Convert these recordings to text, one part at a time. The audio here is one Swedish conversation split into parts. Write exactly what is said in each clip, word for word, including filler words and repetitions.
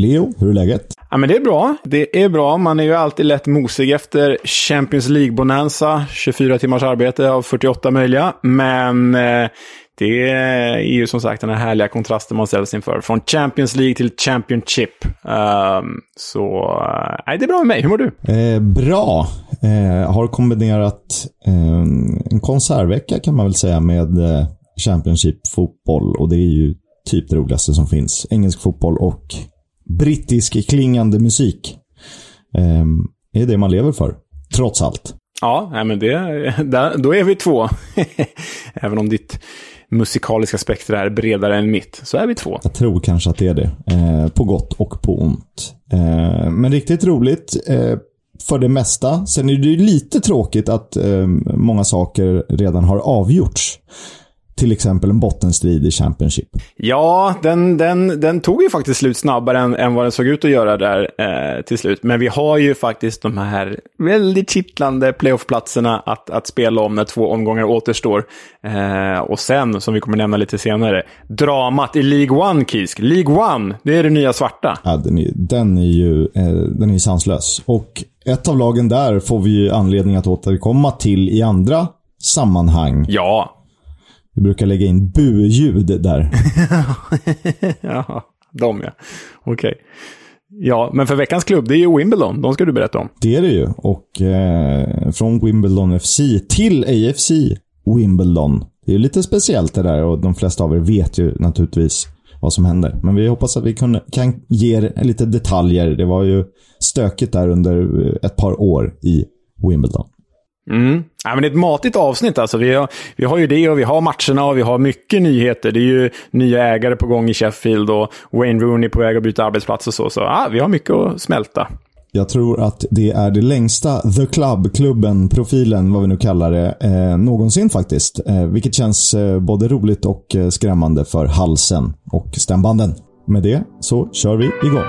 Leo, hur är läget? Ja, men det är bra. Det är bra. Man är ju alltid lätt mosig efter Champions League-bonanza. tjugofyra timmars arbete av fyrtioåtta möjliga. Men eh, det är ju som sagt den här härliga kontrasten man ställs inför. Från Champions League till Championship. Um, så nej, det är bra med mig. Hur mår du? Eh, bra. Eh, har kombinerat eh, en konsertvecka kan man väl säga med eh, Championship-fotboll. Och det är ju typ det roligaste som finns. Engelsk fotboll och brittisk klingande musik. Eh, är det man lever för. Trots allt. Ja, men det, där, då är vi två. Även om ditt musikaliska spektrum är bredare än mitt, så är vi två. Jag tror kanske att det är det. Eh, på gott och på ont. Eh, men riktigt roligt eh, för det mesta. Sen är det ju lite tråkigt att eh, många saker redan har avgjorts. Till exempel en bottenstrid i Championship. Ja, den, den, den tog ju faktiskt slut snabbare än, än vad den såg ut att göra där eh, till slut. Men vi har ju faktiskt de här väldigt kittlande playoff-platserna att, att spela om när två omgångar återstår. Eh, och sen, som vi kommer nämna lite senare, dramat i League One, Kisk. League One, det är det nya svarta. Ja, den är, den är ju eh, den är sanslös. Och ett av lagen där får vi ju anledning att återkomma till i andra sammanhang. Ja. Vi brukar lägga in bu-ljud där. Ja, de ja. Okej. Okay. Ja, men för veckans klubb, det är ju Wimbledon. De ska du berätta om. Det är det ju. Och eh, från Wimbledon F C till A F C Wimbledon. Det är lite speciellt det där och de flesta av er vet ju naturligtvis vad som händer. Men vi hoppas att vi kan, kan ge er lite detaljer. Det var ju stökigt där under ett par år i Wimbledon. Mm. Ja, men det är ett matigt avsnitt alltså. Vi har, vi har ju det och vi har matcherna och vi har mycket nyheter. Det är ju nya ägare på gång i Sheffield och Wayne Rooney på väg att byta arbetsplats och så. Så ja, vi har mycket att smälta. Jag tror att det är det längsta The Club, klubben, profilen, vad vi nu kallar det, eh, någonsin faktiskt. Eh, vilket känns eh, både roligt och eh, skrämmande för halsen och stämbanden. Med det så kör vi igång.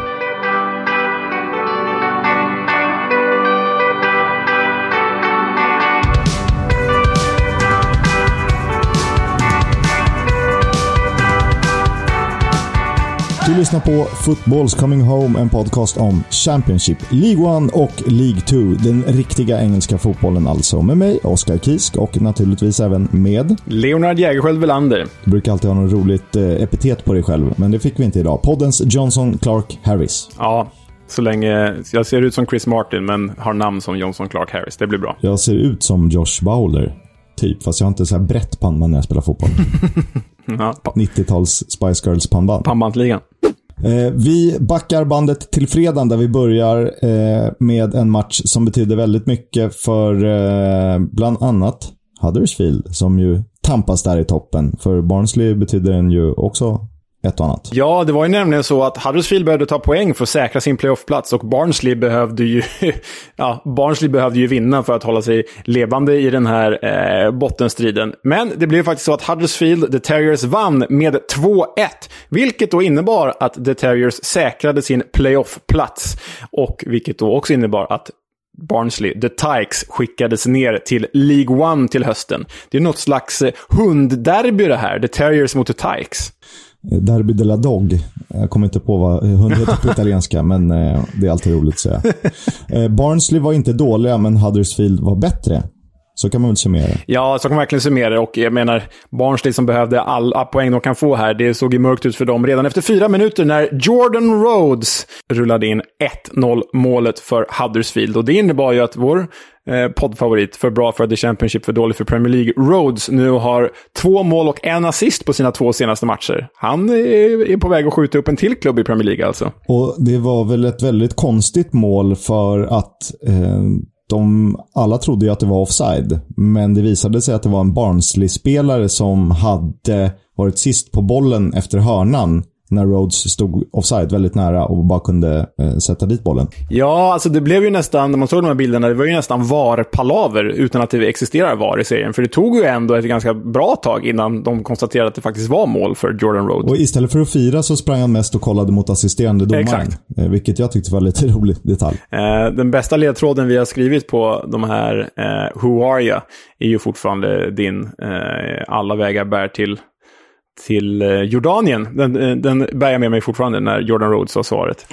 Du lyssnar på Football's Coming Home, en podcast om Championship, League One och League Two. Den riktiga engelska fotbollen alltså. Med mig, Oskar Kisk, och naturligtvis även med Leonard Jägerskiöld Welander. Du brukar alltid ha något roligt eh, epitet på dig själv, men det fick vi inte idag. Poddens Johnson Clark Harris. Ja, så länge jag ser ut som Chris Martin men har namn som Johnson Clark Harris. Det blir bra. Jag ser ut som Josh Bowler, typ. Fast jag har inte så här brett pannband när jag spelar fotboll. Ja, nittio-tals Spice Girls pannband. Pannbandligan. Eh, vi backar bandet till fredagen där vi börjar eh, med en match som betyder väldigt mycket för eh, bland annat Huddersfield som ju tampas där i toppen. För Barnsley betyder den ju också ett och annat. Ja, det var ju nämligen så att Huddersfield behövde ta poäng för att säkra sin playoffplats och Barnsley behövde ju ja, Barnsley behövde ju vinna för att hålla sig levande i den här eh, bottenstriden. Men det blev faktiskt så att Huddersfield, The Terriers, vann med två ett, vilket då innebar att The Terriers säkrade sin playoffplats och vilket då också innebar att Barnsley, The Tykes, skickades ner till League One till hösten. Det är något slags hundderby det här, The Terriers mot The Tykes. Derby de la Dog. Jag kommer inte på vad hund heter på italienska, men eh, det är alltid roligt att säga. Eh, Barnsley var inte dåliga, men Huddersfield var bättre. Så kan man väl summera. Ja, så kan man verkligen summera. Och jag menar, Barnsley som behövde alla poäng de kan få här, det såg ju mörkt ut för dem redan efter fyra minuter när Jordan Rhodes rullade in ett noll målet för Huddersfield. Och det innebar ju att vår eh, poddfavorit, för bra för The Championship, för dålig för Premier League, Rhodes, nu har två mål och en assist på sina två senaste matcher. Han är, är på väg att skjuta upp en till klubb i Premier League alltså. Och det var väl ett väldigt konstigt mål för att eh, de alla trodde ju att det var offside, men det visade sig att det var en Barnsley-spelare som hade varit sist på bollen efter hörnan när Rhodes stod offside väldigt nära och bara kunde eh, sätta dit bollen. Ja, alltså det blev ju nästan, när man såg de här bilderna, det var ju nästan var-palaver utan att det existerar var i serien. För det tog ju ändå ett ganska bra tag innan de konstaterade att det faktiskt var mål för Jordan Rhodes. Och istället för att fira så sprang han mest och kollade mot assisterande domaren. Exakt. Eh, vilket jag tyckte var lite rolig detalj. Eh, den bästa ledtråden vi har skrivit på de här eh, Who Are You är ju fortfarande din eh, alla vägar bär till till Jordanien. Den, den bär jag med mig fortfarande när Jordan Rhodes sa svaret.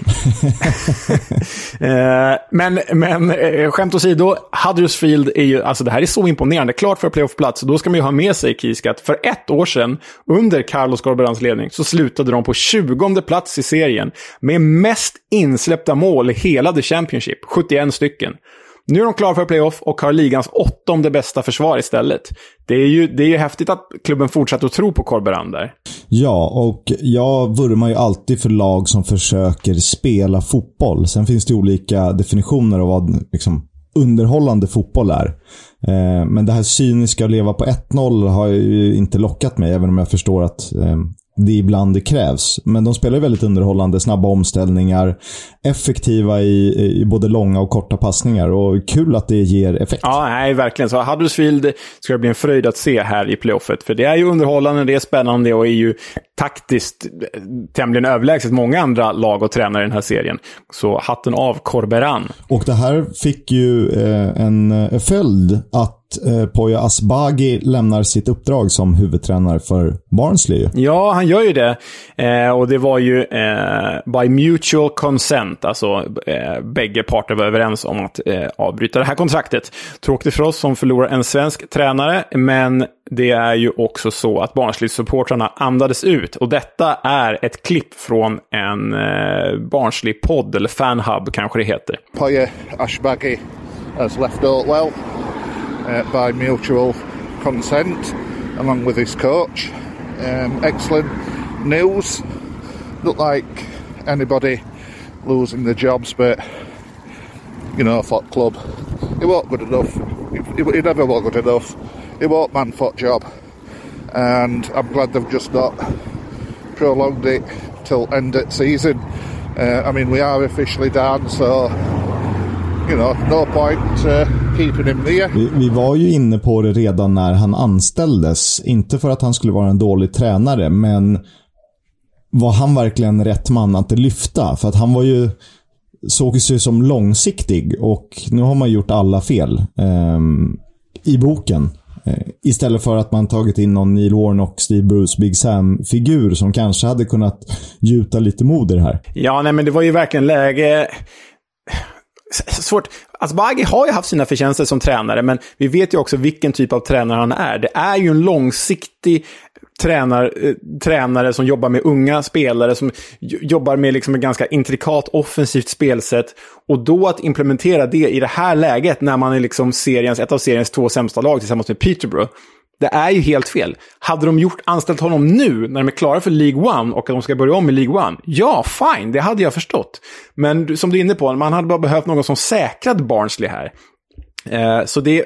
men men skämt åsido, Huddersfield är ju, alltså det här är så imponerande. Klart för playoffplats, då ska man ju ha med sig, Kiska, att för ett år sedan under Carlos Corberans ledning så slutade de på tjugonde plats i serien med mest insläppta mål i hela The Championship, sjuttioen stycken. Nu är de klara för playoff och har ligans åttonde bästa försvar istället. Det är ju, det är ju häftigt att klubben fortsätter att tro på Corberan där. Ja, och jag vurmar ju alltid för lag som försöker spela fotboll. Sen finns det olika definitioner av vad liksom underhållande fotboll är. Eh, men det här cyniska att leva på ett noll har ju inte lockat mig, även om jag förstår att eh, det ibland det krävs. Men de spelar ju väldigt underhållande, snabba omställningar, effektiva i, i både långa och korta passningar, och kul att det ger effekt. Ja, nej, verkligen. Så Huddersfield ska det bli en fröjd att se här i playoffet, för det är ju underhållande, det är spännande och är ju taktiskt tämligen överlägset många andra lag och tränare i den här serien. Så hatten av Corberan. Och det här fick ju eh, en följd att eh, Poya Asbaghi lämnar sitt uppdrag som huvudtränare för Barnsley. Ja, han gör ju det. Eh, och det var ju eh, by mutual consent. Alltså eh, bägge parter var överens om att eh, avbryta det här kontraktet. Tråkigt för oss som förlorar en svensk tränare, men det är ju också så att Barnsley-supportrarna andades ut. Och detta är ett klipp från en eh, Barnsley-podd, eller fanhub kanske det heter. Poya Asbaghi has left Oatwell uh, by mutual consent along with his coach. Um, excellent news. Look like anybody losing the jobs, but you know, for club, it wasn't good enough. It, it, it never was good enough. It wasn't man for job, and I'm glad they've just not prolonged it till end of season. Uh, I mean, we are officially down, so you know, no point uh, keeping him there. Vi, vi var ju inne på det redan när han anställdes, inte för att han skulle vara en dålig tränare, men var han verkligen rätt man att lyfta? För att han var ju, såg sig som långsiktig, och nu har man gjort alla fel eh, i boken. Istället för att man tagit in någon Neil Warnock, Steve Bruce, Big Sam-figur som kanske hade kunnat gjuta lite mod i det här. Ja, nej, men det var ju verkligen läge... Svårt. Asbaghi har ju haft sina förtjänster som tränare, men vi vet ju också vilken typ av tränare han är. Det är ju en långsiktig tränar, eh, tränare som jobbar med unga spelare, som jobbar med liksom ett ganska intrikat offensivt spelsätt, och då att implementera det i det här läget när man är liksom seriens, ett av seriens två sämsta lag tillsammans med Peterborough, det är ju helt fel. Hade de gjort anställt honom nu när de är klara för League One och att de ska börja om i League One, ja, fine, det hade jag förstått. Men som du är inne på, man hade bara behövt någon som säkrade Barnsley här. Eh, så det är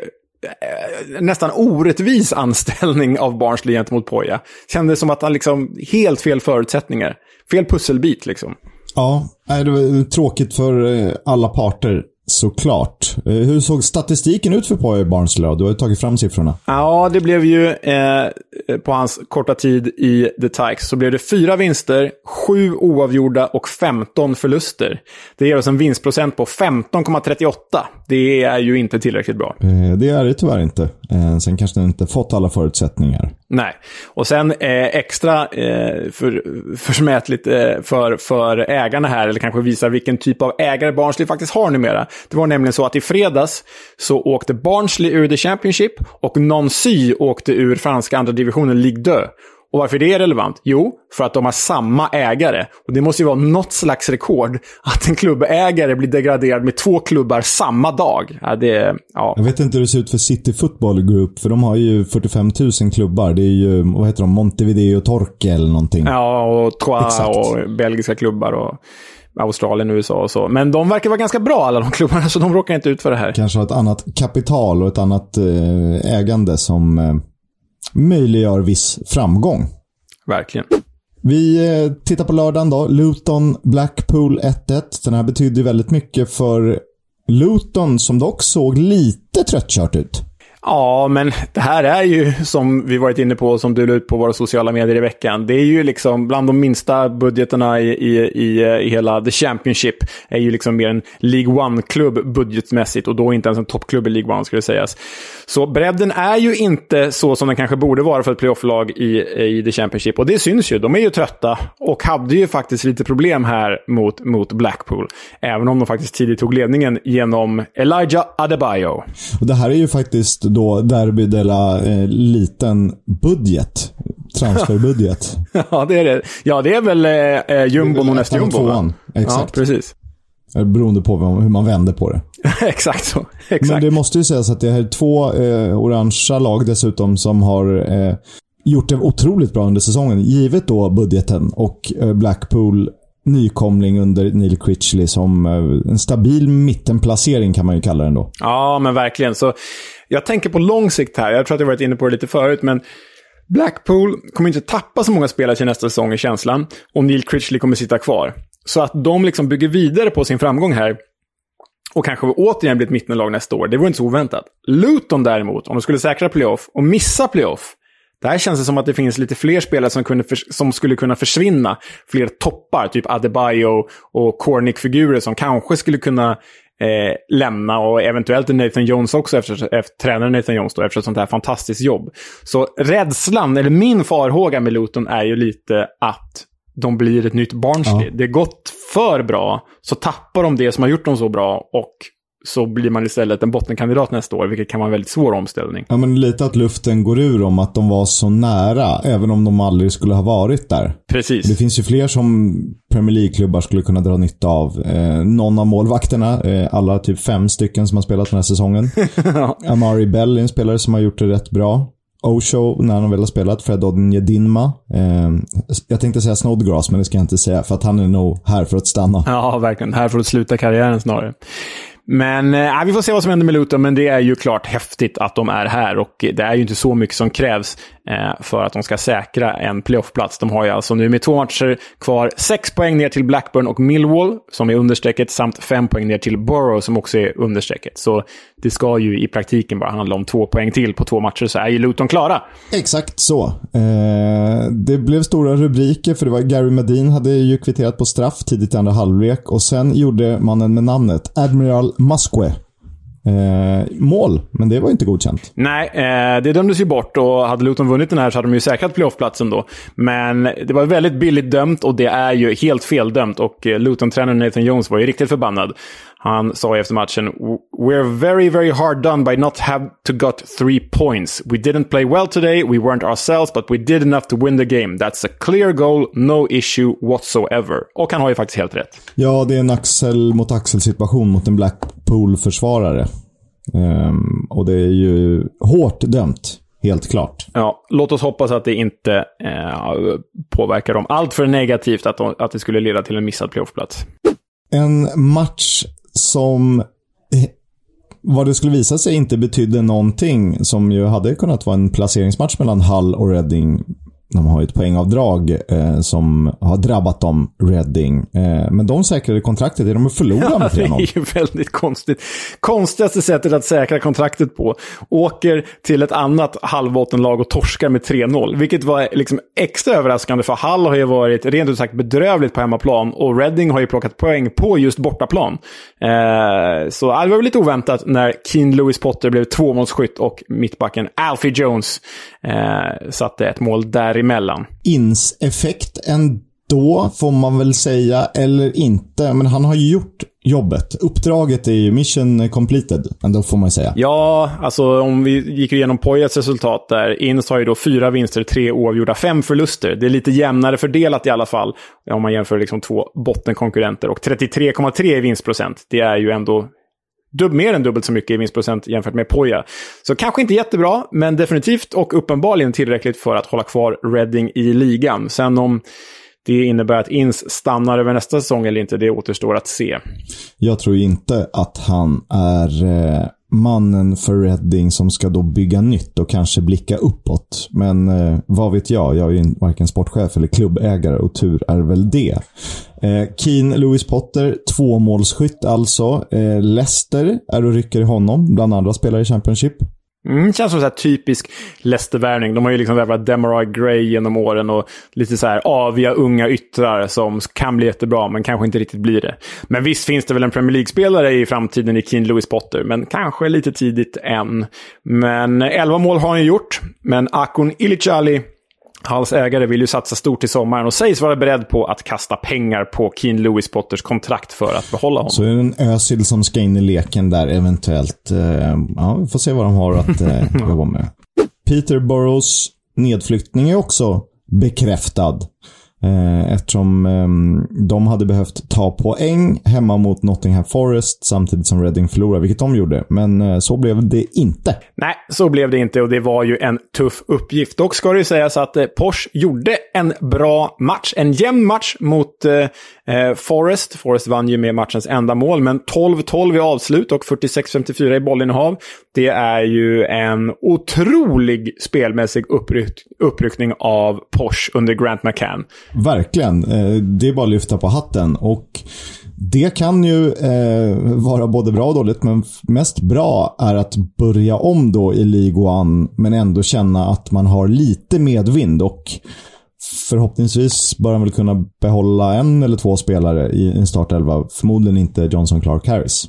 eh, nästan orättvis anställning av Barnsley gentemot Poya. Kändes som att han liksom helt fel förutsättningar. Fel pusselbit liksom. Ja, det var tråkigt för alla parter, såklart. Hur såg statistiken ut för Poya Barnsley? Du har ju tagit fram siffrorna. Ja, det blev ju eh, på hans korta tid i The Tykes så blev det fyra vinster, sju oavgjorda och femton förluster. Det ger oss en vinstprocent på femton komma trettioåtta. Det är ju inte tillräckligt bra. Eh, det är det tyvärr inte. Eh, sen kanske den inte fått alla förutsättningar. Nej. Och sen eh, extra eh, för, försmätligt eh, för, för ägarna här, eller kanske visar vilken typ av ägare Barnsley faktiskt har numera. Det var nämligen så att i fredags så åkte Barnsley ur The Championship och Nancy åkte ur franska andra divisionen Ligue deux. Och varför det är relevant? Jo, för att de har samma ägare. Och det måste ju vara något slags rekord att en klubbägare blir degraderad med två klubbar samma dag. Ja, det, ja. Jag vet inte hur det ser ut för City Football Group, för de har ju fyrtiofem tusen klubbar. Det är ju, vad heter de, Montevideo Torque eller någonting. Ja, och Troyes och belgiska klubbar och Australien, U S A och så. Men de verkar vara ganska bra, alla de klubbarna, så de råkar inte ut för det här. Kanske har ett annat kapital och ett annat ägande som möjliggör viss framgång. Verkligen. Vi tittar på lördagen då. Luton Blackpool ett ett. Den här betyder väldigt mycket för Luton, som dock såg lite tröttkört ut. Ja, men det här är ju, som vi varit inne på, som du la ut på våra sociala medier i veckan, det är ju liksom bland de minsta budgeterna i, i, i, i hela The Championship, är ju liksom mer en League One-klubb budgetmässigt, och då inte ens en toppklubb i League One, skulle det sägas. Så bredden är ju inte så som den kanske borde vara för ett playoff-lag i, i The Championship, och det syns ju. De är ju trötta och hade ju faktiskt lite problem här mot, mot Blackpool, även om de faktiskt tidigt tog ledningen genom Elijah Adebayo. Och det här är ju faktiskt då Derby de la eh, liten budget, transferbudget. Ja, det är det. Ja, det är väl eh, Jumbo och nästa Jumbo. Exakt. Ja, precis. Beroende på hur man vänder på det. Exakt så. Exakt. Men det måste ju sägas att det är två eh, orangea lag dessutom som har eh, gjort det otroligt bra under säsongen, givet då budgeten, och eh, Blackpool nykomling under Neil Critchley som eh, en stabil mittenplacering kan man ju kalla den då. Ja, men verkligen. Så jag tänker på lång sikt här. Jag tror att jag varit inne på det lite förut, men Blackpool kommer inte tappa så många spelare till nästa säsong i känslan, och Neil Critchley kommer sitta kvar. Så att de liksom bygger vidare på sin framgång här och kanske återigen blir ett mittenlag nästa år. Det var inte så oväntat. Luton däremot, om de skulle säkra playoff och missa playoff, där känns det som att det finns lite fler spelare som, kunde för, som skulle kunna försvinna. Fler toppar, typ Adebayo och Cornick-figurer som kanske skulle kunna eh, lämna, och eventuellt Nathan Jones också, efter, efter tränaren Nathan Jones då, efter ett sånt här fantastiskt jobb. Så rädslan, eller min farhåga med Luton är ju lite att de blir ett nytt Barnsley. Ja. Det är gått för bra, så tappar de det som har gjort dem så bra, och så blir man istället en bottenkandidat nästa år, vilket kan vara en väldigt svår omställning. Ja, men lite att luften går ur om att de var så nära, även om de aldrig skulle ha varit där. Precis. Det finns ju fler som Premier League-klubbar skulle kunna dra nytta av. Eh, någon av målvakterna, eh, alla typ fem stycken som har spelat den här säsongen. Ja. Amari Bell är en spelare som har gjort det rätt bra. Osho, när han väl har spelat, Fred Odinjedinma. Eh, jag tänkte säga Snodgrass, men det ska jag inte säga, för att han är nog här för att stanna. Ja, verkligen. Här för att sluta karriären snarare. Men äh, vi får se vad som händer med Luton, men det är ju klart häftigt att de är här, och det är ju inte så mycket som krävs eh, för att de ska säkra en playoffplats. De har ju alltså nu med två matcher kvar sex poäng ner till Blackburn och Millwall som är understrecket, samt fem poäng ner till Borough som också är understrecket. Så det ska ju i praktiken bara handla om två poäng till på två matcher, så är ju Luton klara. Exakt så. Eh, det blev stora rubriker, för det var Gary Medin hade ju kvitterat på straff tidigt i andra halvlek, och sen gjorde mannen med namnet Admiral Musque eh, mål, men det var inte godkänt. Nej, eh, det dömdes ju bort, och hade Luton vunnit den här så hade de ju säkrat playoffplatsen då. Men det var väldigt billigt dömt, och det är ju helt fel dömt, och eh, Luton-tränaren Nathan Jones var ju riktigt förbannad. Han sa efter matchen: "We're very, very hard done by not have to got three points. We didn't play well today, we weren't ourselves, but we did enough to win the game. That's a clear goal, no issue whatsoever." Och han har ju faktiskt helt rätt. Ja, det är en axel mot axel situation mot en Blackpool-försvarare. Um, och det är ju hårt dömt, helt klart. Ja, låt oss hoppas att det inte eh, påverkar dem allt för negativt, att, de, att det skulle leda till en missad playoffplats. En match som, vad det skulle visa sig, inte betydde någonting, som ju hade kunnat vara en placeringsmatch mellan Hull och Reading. De har ett poängavdrag eh, som har drabbat dem, Reading. Eh, men de säkrade kontraktet, de är förlorade med tre noll. Det är ju väldigt konstigt. Konstigaste sättet att säkra kontraktet på. Åker till ett annat halvbottenlag och torskar med tre noll. Vilket var liksom extra överraskande, för Hull har ju varit rent ut sagt bedrövligt på hemmaplan, och Reading har ju plockat poäng på just bortaplan. Eh, så det var lite oväntat när Keane Lewis Potter blev tvåmålsskytt och mittbacken Alfie Jones eh, satte ett mål där emellan. Ins-effekt ändå, får man väl säga, eller inte. Men han har ju gjort jobbet. Uppdraget är ju mission completed, ändå får man säga. Ja, alltså om vi gick igenom Poyets resultat där, Ins har ju då fyra vinster, tre oavgjorda, fem förluster. Det är lite jämnare fördelat i alla fall, om man jämför liksom två bottenkonkurrenter. Och trettiotre komma tre i vinstprocent, det är ju ändå Dubb, mer än dubbelt så mycket i vinstprocent jämfört med Poya. Så kanske inte jättebra, men definitivt och uppenbarligen tillräckligt för att hålla kvar Reading i ligan. Sen om det innebär att Ins stannar över nästa säsong eller inte, det återstår att se. Jag tror inte att han är eh, mannen för Reading som ska då bygga nytt och kanske blicka uppåt. Men eh, vad vet jag? Jag är ju varken sportchef eller klubbägare, och tur är väl det. Eh, Keane Lewis Potter, tvåmålsskytt alltså. Eh, Leicester är och rycker i honom, bland andra spelare i Championship. Mm, känns som så här typisk Leicester-värvning. De har ju liksom värvat Demarai Gray genom åren och lite så här aviga unga yttrar som kan bli jättebra men kanske inte riktigt blir det. Men visst finns det väl en Premier League-spelare i framtiden i Keane Lewis Potter, men kanske lite tidigt än. Men elva mål har han ju gjort, men Akon Ilicali, hans ägare, vill ju satsa stort i sommaren och sägs vara beredd på att kasta pengar på Keane Lewis Potters kontrakt för att behålla honom. Så är det en Özil som ska in i leken där eventuellt. Eh, ja, vi får se vad de har att eh, jobba med. Peterboroughs nedflyttning är också bekräftad. Eh, eftersom eh, de hade behövt ta poäng hemma mot Nottingham Forest samtidigt som Reading förlorade, vilket de gjorde. Men eh, så blev det inte. Nej, så blev det inte och det var ju en tuff uppgift. Dock ska det ju sägas att eh, Porsche gjorde en bra match. En jämn match mot eh, Forest. Forest vann ju med matchens enda mål, men tolv tolv i avslut och fyrtiosex femtiofyra i bollinnehav. Det är ju en otrolig spelmässig uppryck- uppryckning av Porsche under Grant McCann. Verkligen. Det är bara att lyfta på hatten. Och det kan ju eh, vara både bra och dåligt, men mest bra är att börja om då i Ligue ett men ändå känna att man har lite medvind och förhoppningsvis bör man väl kunna behålla en eller två spelare i en startelva. Förmodligen inte Johnson, Clark, Harris.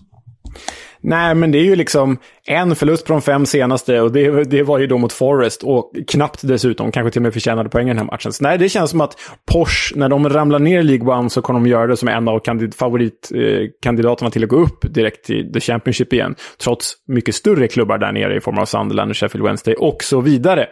Nej, men det är ju liksom en förlust på de fem senaste och det, det var ju då mot Forest och knappt dessutom, kanske till och med förtjänade poäng i den här matchen. Så nej, det känns som att Porsche, när de ramlar ner i League ett så kommer de göra det som en av kandid- favoritkandidaterna eh, till att gå upp direkt till The Championship igen. Trots mycket större klubbar där nere i form av Sunderland och Sheffield Wednesday och så vidare.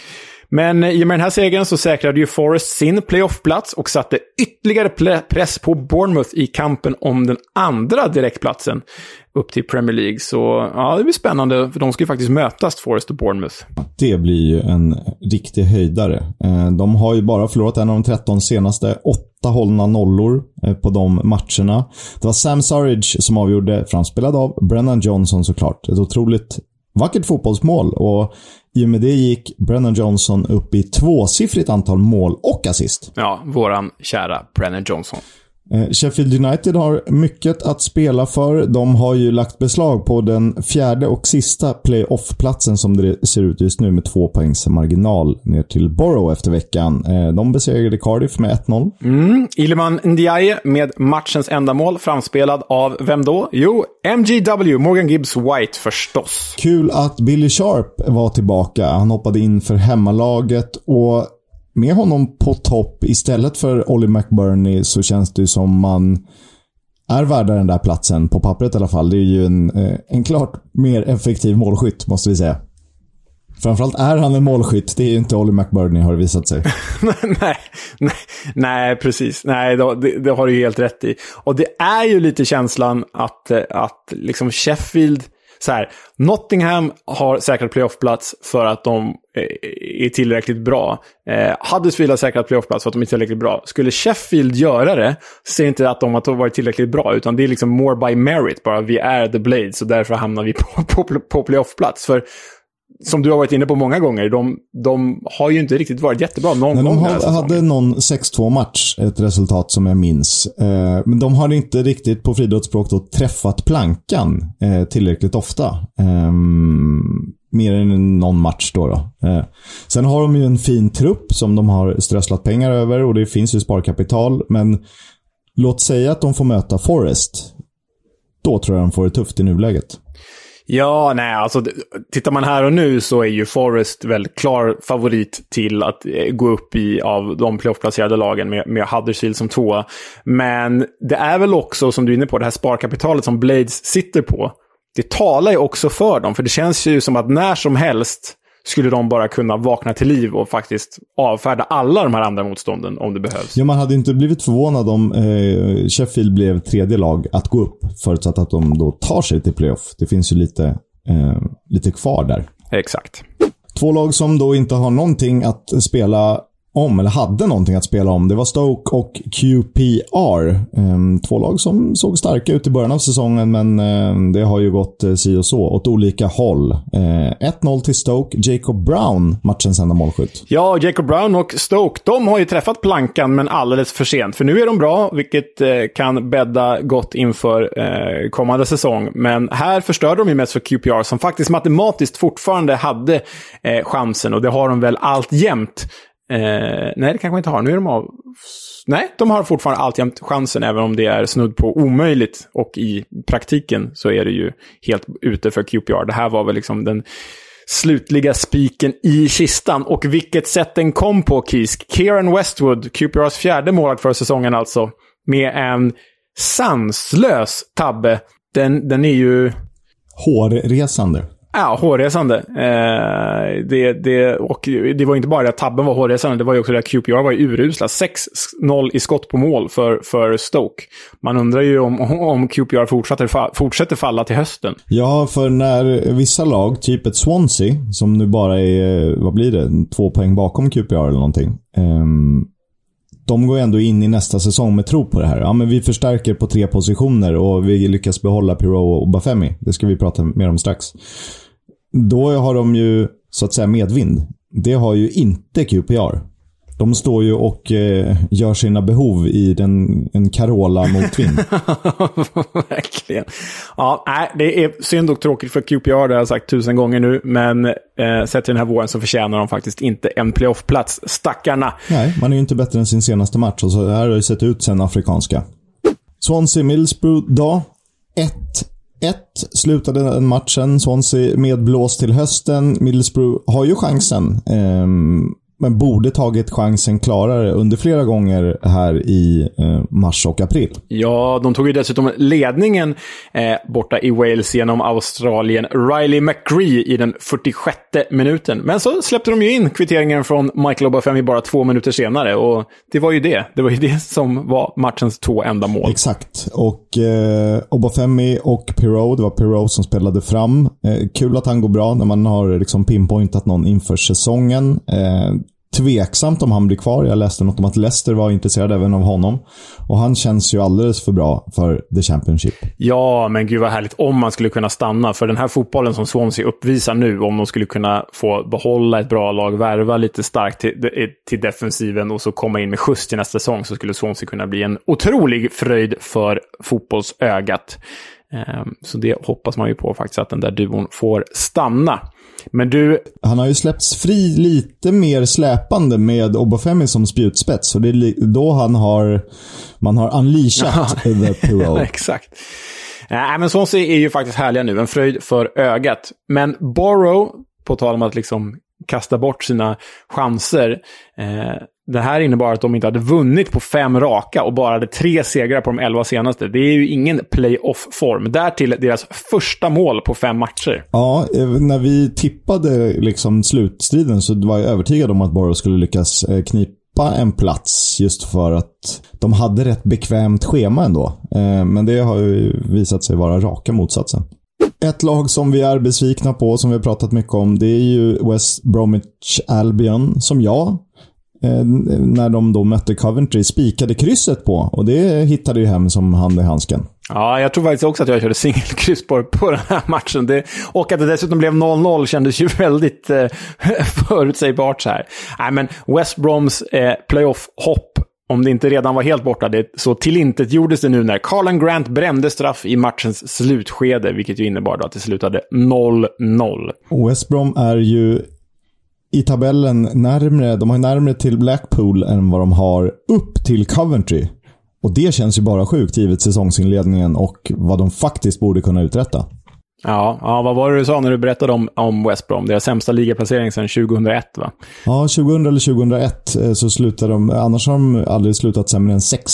Men i och med den här segern så säkrade ju Forest sin playoffplats och satte ytterligare press på Bournemouth i kampen om den andra direktplatsen upp till Premier League. Så ja, det blir spännande för de ska ju faktiskt mötas, Forest och Bournemouth. Det blir ju en riktig höjdare. De har ju bara förlorat en av de tretton senaste, åtta hållna nollor på de matcherna. Det var Sam Surridge som avgjorde, framspelad av Brennan Johnson såklart. Ett otroligt vackert fotbollsmål och i och med det gick Brennan Johnson upp i tvåsiffrigt antal mål och assist. Ja, våran kära Brennan Johnson. Sheffield United har mycket att spela för. De har ju lagt beslag på den fjärde och sista playoff-platsen som det ser ut just nu med två poängs marginal ner till Borough efter veckan. De besegrade Cardiff med ett noll. Mm. Iliman Ndiaye med matchens enda mål framspelad av vem då? Jo, M G W, Morgan Gibbs White förstås. Kul att Billy Sharp var tillbaka. Han hoppade in för hemmalaget och med honom på topp istället för Ollie McBurney så känns det som man är värda den där platsen på pappret i alla fall. Det är ju en, en klart mer effektiv målskytt måste vi säga. Framförallt är han en målskytt. Det är ju inte Ollie McBurney har det visat sig. nej, nej, nej, precis. Nej, det, det har du ju helt rätt i. Och det är ju lite känslan att, att liksom Sheffield... Så här, Nottingham har säkrat playoffplats för att de är tillräckligt bra. Eh, Huddersfield har säkrat playoffplats för att de är tillräckligt bra. Skulle Sheffield göra det så är det inte att de har varit tillräckligt bra, utan det är liksom more by merit. Bara vi är the Blades och därför hamnar vi på, på, på playoffplats. För som du har varit inne på många gånger, de, de har ju inte riktigt varit jättebra någon men gång. De hade, hade någon sex två match, ett resultat som jag minns. Eh, men de har inte riktigt på friidrottsspråk då träffat plankan eh, tillräckligt ofta. Eh, mer än någon match då. då. Eh, sen har de ju en fin trupp som de har strösslat pengar över och det finns ju sparkapital. Men låt säga att de får möta Forest. Då tror jag de får det tufft i nuläget. Ja, nej, alltså tittar man här och nu så är ju Forest väl klar favorit till att eh, gå upp i av de playoffplacerade lagen med, med Huddersfield som tvåa. Men det är väl också, som du är inne på, det här sparkapitalet som Blades sitter på. Det talar ju också för dem, för det känns ju som att när som helst skulle de bara kunna vakna till liv och faktiskt avfärda alla de här andra motstånden om det behövs. Ja, man hade inte blivit förvånad om eh, Sheffield blev tredje lag att gå upp, förutsatt att de då tar sig till playoff. Det finns ju lite, eh, lite kvar där. Exakt. Två lag som då inte har någonting att spela om, eller hade någonting att spela om. Det var Stoke och Q P R. Um, två lag som såg starka ut i början av säsongen, men um, det har ju gått uh, si och så åt olika håll. Uh, ett noll till Stoke. Jacob Brown, matchens enda målskytt. Ja, Jacob Brown och Stoke, de har ju träffat plankan, men alldeles för sent. För nu är de bra, vilket uh, kan bädda gott inför uh, kommande säsong. Men här förstörde de ju mest för Q P R, som faktiskt matematiskt fortfarande hade uh, chansen. Och det har de väl allt jämt. Eh, nej, det kanske inte har. Nu är de av... Nej, de har fortfarande alltjämt chansen, även om det är snudd på omöjligt. Och i praktiken så är det ju helt ute för Q P R. Det här var väl liksom den slutliga spiken i kistan. Och vilket sätt den kom på, Kisk. Kieran Westwood, Q P R:s fjärde målvakt för säsongen alltså, med en sanslös tabbe. Den, den är ju... Hårresande. Ja, hårresande. Eh, det, det, och det var inte bara det att tabben var hårresande, det var ju också det att Q P R var ju urusla. sex noll i skott på mål för, för Stoke. Man undrar ju om, om Q P R fortsätter, fortsätter falla till hösten. Ja, för när vissa lag, typ ett Swansea, som nu bara är, vad blir det, två poäng bakom Q P R eller någonting. Eh, de går ändå in i nästa säsong med tro på det här. Ja, men vi förstärker på tre positioner och vi lyckas behålla Pirou och Bafemi. Det ska vi prata mer om strax. Då har de ju så att säga medvind. Det har ju inte Q P R. De står ju och eh, gör sina behov i den, en Carola motvind. Verkligen. Ja, nej, det är synd och tråkigt för Q P R, det har jag sagt tusen gånger nu. Men eh, sett till den här våren så förtjänar de faktiskt inte en playoffplats. Stackarna. Nej, man är ju inte bättre än sin senaste match. Och så här har det sett ut sen afrikanska. Swansea Middlesbrough då. ett ett slutade den matchen. Swansea medblåst till hösten. Middlesbrough har ju chansen. Ehm, men borde tagit chansen klarare under flera gånger här i eh, mars och april. Ja, de tog ju dessutom ledningen eh, borta i Wales genom Australien. Riley McGree i den fyrtiosjätte minuten. Men så släppte de ju in kvitteringen från Michael Obafemi bara två minuter senare. Och det var ju det. Det var ju det som var matchens två enda mål. Exakt. Och eh, Obafemi och Pirou, det var Pirou som spelade fram. Eh, kul att han går bra när man har liksom pinpointat någon inför säsongen. Eh, Tveksamt om han blir kvar. Jag läste något om att Leicester var intresserad även av honom. Och han känns ju alldeles för bra för The Championship. Ja, men gud vad härligt om man skulle kunna stanna. För den här fotbollen som Swansea uppvisar nu, om de skulle kunna få behålla ett bra lag, värva lite starkt till, till defensiven och så komma in med skjuts till nästa säsong, så skulle Swansea kunna bli en otrolig fröjd för fotbollsögat. Så det hoppas man ju på faktiskt, att den där duon får stanna. Men du... Han har ju släppts fri lite mer släpande med Obafemi som spjutspets. Så det är då han har man har unleashat the Pirou. Exakt. Nej, men Swansea är ju faktiskt härliga nu. En fröjd för ögat. Men Borough, på tal om att liksom kasta bort sina chanser, eh, det här innebar att de inte hade vunnit på fem raka och bara hade tre segrar på de elva senaste. Det är ju ingen playoff-form. Därtill deras första mål på fem matcher. Ja, när vi tippade liksom slutstriden så var jag övertygad om att Borough skulle lyckas knipa en plats, just för att de hade rätt bekvämt schema ändå. Men det har ju visat sig vara raka motsatsen. Ett lag som vi är besvikna på, som vi har pratat mycket om, det är ju West Bromwich Albion, som jag eh, när de då mötte Coventry spikade krysset på, och det hittade ju hem som hand i handsken. Ja, jag tror faktiskt också att jag körde singelkryss på, på den här matchen. Det, och att det dessutom blev noll noll kändes ju väldigt eh, förutsägbart så här. Nej, men West Broms eh, playoff-hopp, om det inte redan var helt borta, det, så tillintet gjordes det nu när Carlan Grant brände straff i matchens slutskede, vilket ju innebar då att det slutade noll noll. West Brom är ju i tabellen närmare, de har närmare till Blackpool än vad de har upp till Coventry. Och det känns ju bara sjukt givet säsongsinledningen och vad de faktiskt borde kunna uträtta. Ja, ja, vad var det du sa när du berättade om, om West Brom? Deras sämsta ligaplacering sedan tjugohundraett, va? Ja, tjugohundra eller tjugohundraett så slutade de, annars har de aldrig slutat sämre än sexa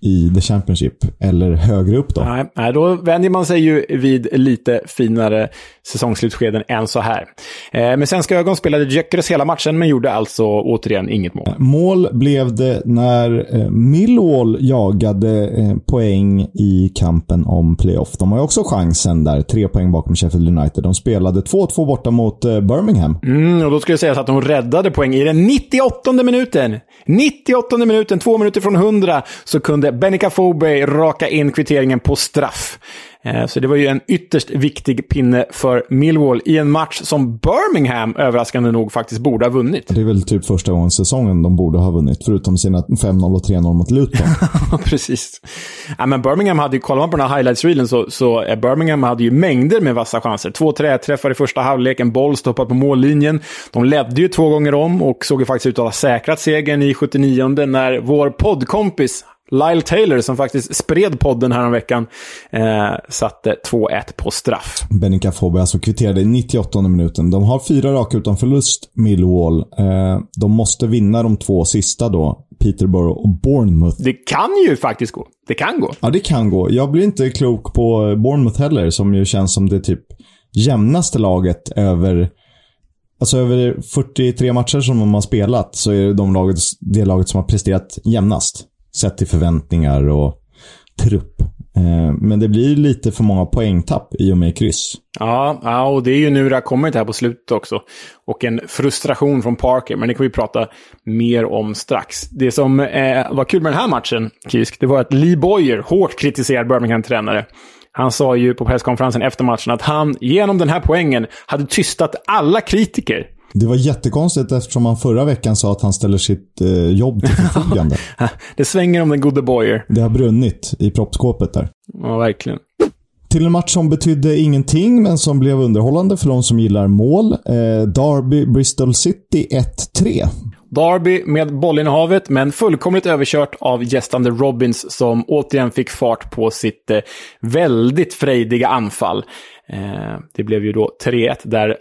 i The Championship eller högre upp då. Nej, nej, då vänjer man sig ju vid lite finare säsongsslutskeden än så här. Eh, med svenska ögon spelade Gyökeres hela matchen men gjorde alltså återigen inget mål. Mål blev det när eh, Millwall jagade eh, poäng i kampen om playoff. De har ju också chansen där, tre poäng bakom Sheffield United. De spelade två två borta mot eh, Birmingham. Mm, och då skulle jag säga så att de räddade poäng i den nittioåttonde minuten. nittioåttonde minuten, två minuter från hundra, så kunde Benica Fobe raka in kvitteringen på straff. Så det var ju en ytterst viktig pinne för Millwall i en match som Birmingham överraskande nog faktiskt borde ha vunnit. Det är väl typ första gången säsongen de borde ha vunnit, förutom sina fem noll och tre noll mot Luton. Precis. Ja, men Birmingham hade ju, kollar man på den här highlights-reelen så, så är Birmingham hade ju mängder med vassa chanser. Två träträffar i första halvlek, en boll stoppad på mållinjen. De ledde ju två gånger om och såg ju faktiskt ut att ha säkrat segern i sjuttionionde när vår poddkompis Lyle Taylor, som faktiskt spred podden här om veckan, eh, satte två ett på straff. Benica Fobe alltså kvitterade i nittioåttonde minuten. De har fyra raka utan förlust, Millwall. Eh, de måste vinna de två sista då, Peterborough och Bournemouth. Det kan ju faktiskt gå. Det kan gå. Ja, det kan gå. Jag blir inte klok på Bournemouth heller, som ju känns som det typ jämnaste laget över... Alltså över fyrtiotre matcher som de har spelat så är det de laget, det laget som har presterat jämnast. Sett till förväntningar och trupp. Eh, men det blir lite för många poängtapp i och med kryss. Ja, ja, och det är ju nu det har kommit här på slutet också. Och en frustration från Parker, men det kan vi prata mer om strax. Det som eh, var kul med den här matchen, Kisk, det var att Lee Bowyer, hårt kritiserad Birmingham-tränare, han sa ju på presskonferensen efter matchen att han genom den här poängen hade tystat alla kritiker. Det var jättekonstigt eftersom han förra veckan sa att han ställer sitt eh, jobb till förfogande. Det svänger om den gode Bowyer. Det har brunnit i proppskåpet där. Ja, verkligen. Till en match som betydde ingenting men som blev underhållande för de som gillar mål. Eh, Derby Bristol City ett tre. Derby med bollinnehavet men fullkomligt överkört av gästande Robins som återigen fick fart på sitt eh, väldigt frejdiga anfall. Eh, det blev ju då tre ett där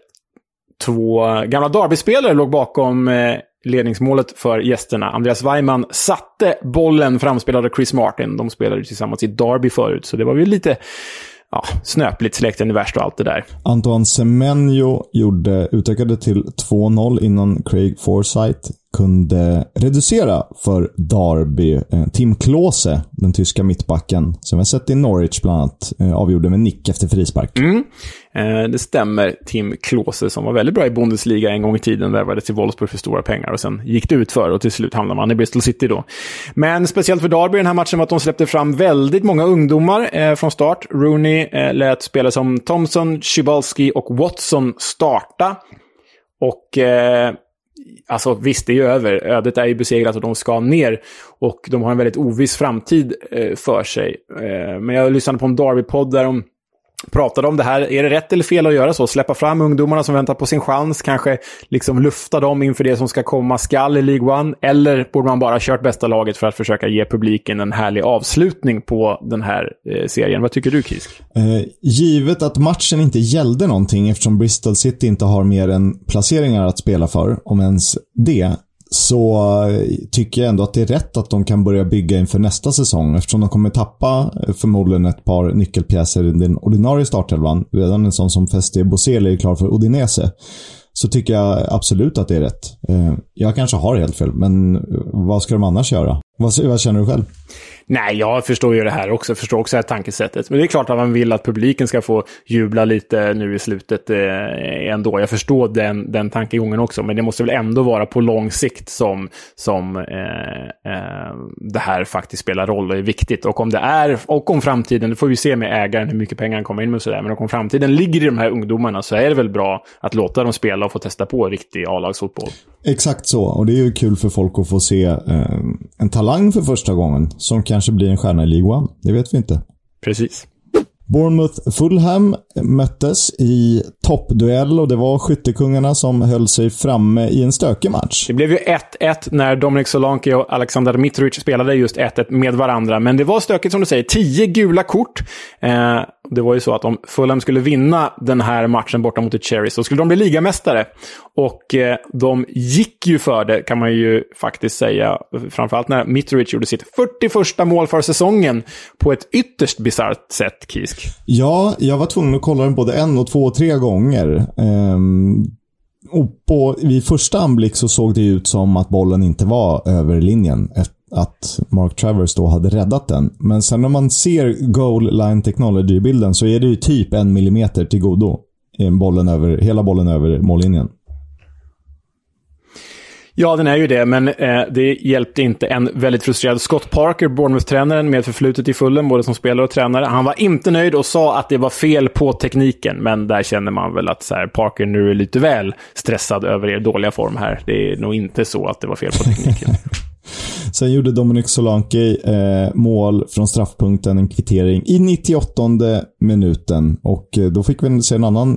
två gamla Derby-spelare låg bakom eh, ledningsmålet för gästerna. Andreas Weimann satte bollen, framspelade Chris Martin. De spelade tillsammans i Derby förut, så det var ju lite ja, snöpligt släkten i värst och allt det där. Antoine Semenyo gjorde, utökade till två noll innan Craig Forsyth kunde reducera för Derby. Tim Klose, den tyska mittbacken som vi sett i Norwich bland annat, avgjorde med nick efter frispark. Mm. Eh, det stämmer. Tim Klose som var väldigt bra i Bundesliga en gång i tiden, värvade till Wolfsburg för stora pengar och sen gick det ut för och till slut hamnade man i Bristol City då. Men speciellt för Derby den här matchen var att de släppte fram väldigt många ungdomar eh, från start. Rooney eh, lät spela som Thompson, Szybalski och Watson starta. Och eh, alltså visst, det är ju över. Ödet är ju besegrat och de ska ner. Och de har en väldigt oviss framtid eh, för sig. Eh, men jag lyssnade på en Derby-podd där de pratade om det här. Är det rätt eller fel att göra så? Släppa fram ungdomarna som väntar på sin chans. Kanske liksom lufta dem inför det som ska komma skall i League One. Eller borde man bara kört bästa laget för att försöka ge publiken en härlig avslutning på den här eh, serien? Vad tycker du, Kisk? Eh, givet att matchen inte gällde någonting eftersom Bristol City inte har mer än placeringar att spela för, om ens det, så tycker jag ändå att det är rätt att de kan börja bygga inför nästa säsong eftersom de kommer tappa förmodligen ett par nyckelpjäser i den ordinarie startelvan. Redan en sån som Feste Bosele är klar för Udinese. Så tycker jag absolut att det är rätt. Jag kanske har helt fel, men vad ska de annars göra? Vad, vad känner du själv? Nej, jag förstår ju det här också. Jag förstår också det här tankesättet. Men det är klart att man vill att publiken ska få jubla lite nu i slutet eh, ändå. Jag förstår den, den tankegången också. Men det måste väl ändå vara på lång sikt som, som eh, eh, det här faktiskt spelar roll och är viktigt. Och om det är, och om framtiden, det får vi se med ägaren hur mycket pengar kommer in med och sådär. Men om framtiden ligger i de här ungdomarna så är det väl bra att låta dem spela och få testa på riktig A-lagsfotboll. Exakt så. Och det är ju kul för folk att få se eh, en talang för första gången som kanske blir en stjärna i League One. Det vet vi inte. Precis. Bournemouth-Fulham möttes i toppduell och det var skyttekungarna som höll sig framme i en stökig match. Det blev ju ett ett när Dominic Solanke och Alexander Mitrovic spelade just ett ett med varandra. Men det var stökigt som du säger. Tio gula kort. Eh, Det var ju så att om Fulham skulle vinna den här matchen borta mot ett Cherries så skulle de bli ligamästare. Och eh, de gick ju för det, kan man ju faktiskt säga. Framförallt när Mitrovic gjorde sitt fyrtioförsta mål för säsongen på ett ytterst bizarrt sätt, Kisk. Ja, jag var tvungen att kolla den både en och två och tre gånger. Ehm, och på, vid första anblick så såg det ut som att bollen inte var över linjen. Att Mark Travers då hade räddat den. Men sen när man ser goal line technology-bilden så är det ju typ en millimeter till godo. Bollen över, hela bollen över mållinjen. Ja, den är ju det, men eh, det hjälpte inte en väldigt frustrerad Scott Parker, Bournemouth-tränaren med förflutet i Fulham, både som spelare och tränare. Han var inte nöjd och sa att det var fel på tekniken, men där känner man väl att så här, Parker nu är lite väl stressad över er dåliga form här. Det är nog inte så att det var fel på tekniken. Sen gjorde Dominic Solanke eh, mål från straffpunkten, en kvittering i nittioåttonde minuten. Och eh, då fick vi se en annan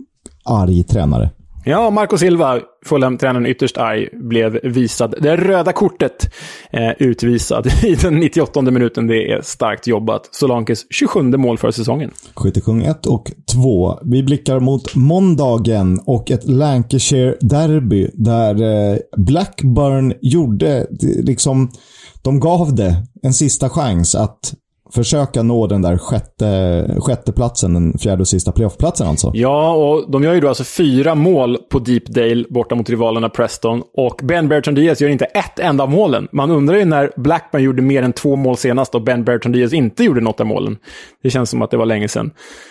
arg tränare. Ja, Marco Silva, Fulham-tränaren ytterst arg, blev visad det röda kortet eh, utvisad i den nittioåttonde minuten. Det är starkt jobbat. Solankes tjugosjunde mål för säsongen. Skyttekung ett och två. Vi blickar mot måndagen och ett Lancashire-derby där eh, Blackburn gjorde liksom, de gav det en sista chans att försöka nå den där sjätte, sjätte platsen, den fjärde och sista playoffplatsen alltså. Ja, och de gör ju då alltså fyra mål på Deepdale borta mot rivalerna Preston. Och Ben Bertrand Diaz gör inte ett enda av målen. Man undrar ju när Blackburn gjorde mer än två mål senast och Ben Bertrand Diaz inte gjorde något av målen. Det känns som att det var länge sedan.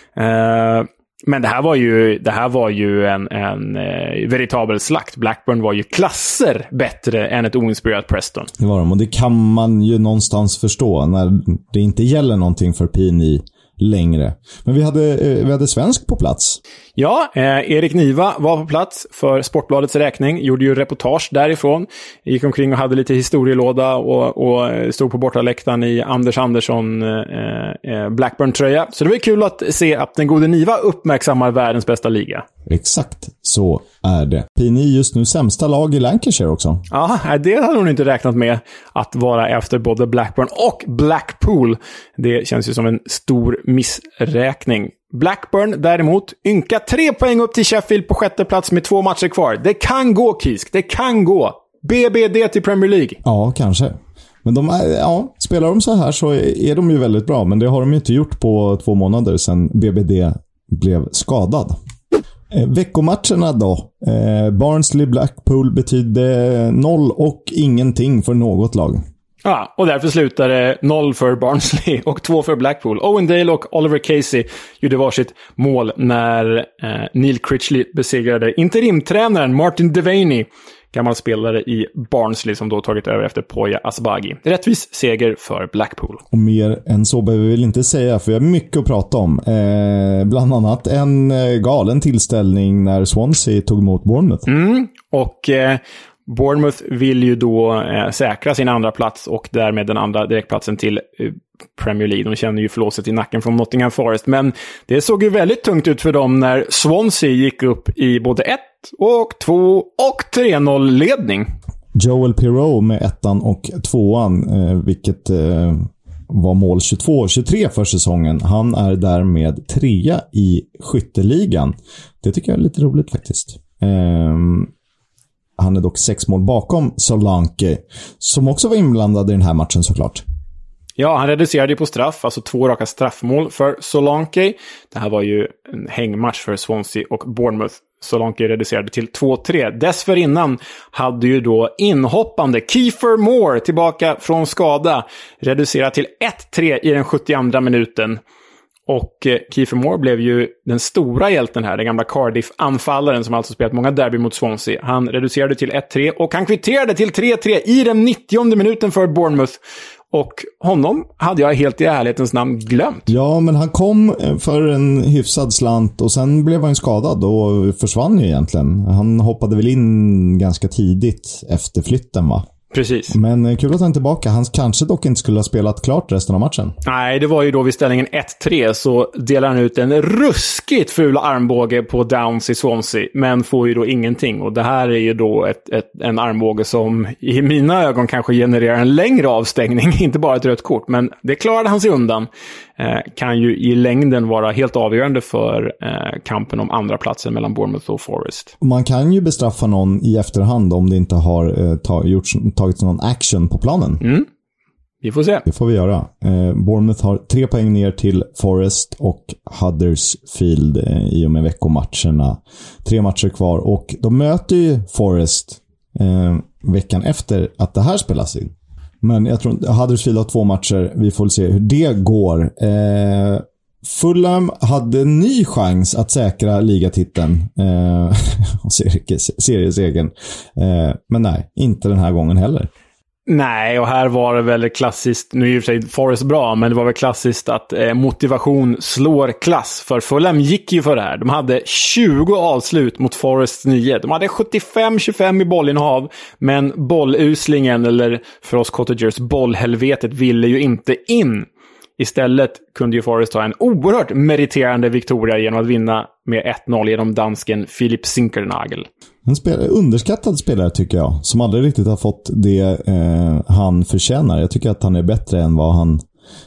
Uh, men det här var ju, det här var ju en, en eh, veritabel slakt. Blackburn var ju klasser bättre än ett oinspirerat Preston. Det var de, och det kan man ju någonstans förstå när det inte gäller någonting för P N I längre. Men vi hade, eh, vi hade svensk på plats. Ja, eh, Erik Niva var på plats för Sportbladets räkning. Gjorde ju reportage därifrån. Gick omkring och hade lite historielåda och, och stod på bortaläktaren i Anders Andersson eh, eh, Blackburn-tröja. Så det var kul att se att den gode Niva uppmärksammar världens bästa liga. Exakt, så är det. P N I just nu sämsta lag i Lancashire också. Ja, det hade hon inte räknat med, att vara efter både Blackburn och Blackpool. Det känns ju som en stor missräkning. Blackburn däremot, ynka tre poäng upp till Sheffield på sjätte plats med två matcher kvar. Det kan gå, Kisk, det kan gå. B B D till Premier League. Ja, kanske. Men de är, ja, spelar de så här så är de ju väldigt bra. Men det har de ju inte gjort på två månader sedan B B D blev skadad. Eh, veckomatcherna då. Eh, Barnsley Blackpool betydde noll och ingenting för något lag. Ja, och därför slutade noll för Barnsley och två för Blackpool. Owen Dale och Oliver Casey gjorde varsitt mål när eh, Neil Critchley besegrade interimtränaren Martin Devaney, gammal spelare i Barnsley som då tagit över efter Poya Asbaghi. Rättvis seger för Blackpool. Och mer än så behöver vi väl inte säga, för jag har mycket att prata om. Eh, bland annat en eh, galen tillställning när Swansea tog emot Bournemouth. Mm, och eh, Bournemouth vill ju då eh, säkra sin andra plats och därmed den andra direktplatsen till eh, Premier League. De känner ju förlåset i nacken från Nottingham Forest, men det såg ju väldigt tungt ut för dem när Swansea gick upp i både ett och två och tre noll-ledning. Joel Pirou med ettan och tvåan, eh, vilket eh, var mål tjugotvå tjugotre för säsongen. Han är därmed trea i skytteligan. Det tycker jag är lite roligt faktiskt. Eh, han är dock sex mål bakom Solanke, som också var inblandad i den här matchen såklart. Ja, han reducerade på straff, alltså två raka straffmål för Solanke. Det här var ju en hängmatch för Swansea och Bournemouth. Solanke reducerade till två tre. Dessförinnan hade ju då inhoppande Kiefer Moore tillbaka från skada reducerat till ett tre i den sjuttioandra minuten. Och eh, Kiefer Moore blev ju den stora hjälten här, den gamla Cardiff-anfallaren som alltså spelat många derby mot Swansea. Han reducerade till ett tre och han kvitterade till tre tre i den nittionde minuten för Bournemouth. Och honom hade jag helt i ärlighetens namn glömt. Ja, men han kom för en hyfsad slant och sen blev han skadad och försvann ju egentligen. Han hoppade väl in ganska tidigt efter flytten, va? Precis. Men kul att han är tillbaka. Han kanske dock inte skulle ha spelat klart resten av matchen. Nej, det var ju då vid ställningen ett tre så delar han ut en ruskigt ful armbåge på Downs i Swansea, men får ju då ingenting. Och det här är ju då ett, ett, en armbåge som i mina ögon kanske genererar en längre avstängning, inte bara ett rött kort, men det klarade han sig undan. eh, kan ju i längden vara helt avgörande för eh, kampen om andra platsen mellan Bournemouth och Forest. Man kan ju bestraffa någon i efterhand om det inte har eh, ta, gjorts, tagits någon action på planen. Mm. Vi får se. Det får vi göra. Eh, Bournemouth har tre poäng ner till Forest och Huddersfield eh, i och med veckomatcherna. Tre matcher kvar och de möter ju Forest eh, veckan efter att det här spelas in. Men jag tror Huddersfield har två matcher. Vi får se hur det går. Eh, Fulham hade en ny chans att säkra ligatiteln eh, och seriesegern. Eh, men nej, inte den här gången heller. Nej, och här var det väl klassiskt, nu är ju för sig Forest bra, men det var väl klassiskt att eh, motivation slår klass. För Fulham gick ju för det här. De hade tjugo avslut mot Forests nio. De hade sjuttiofem tjugofem i bollinnehav, men bolluslingen, eller för oss cottagers, bollhelvetet ville ju inte in. Istället kunde ju Forest ha en oerhört meriterande viktoria genom att vinna med ett noll genom dansken Philip Zinkernagel. En spelare, underskattad spelare tycker jag, som aldrig riktigt har fått det eh, han förtjänar. Jag tycker att han är bättre än vad han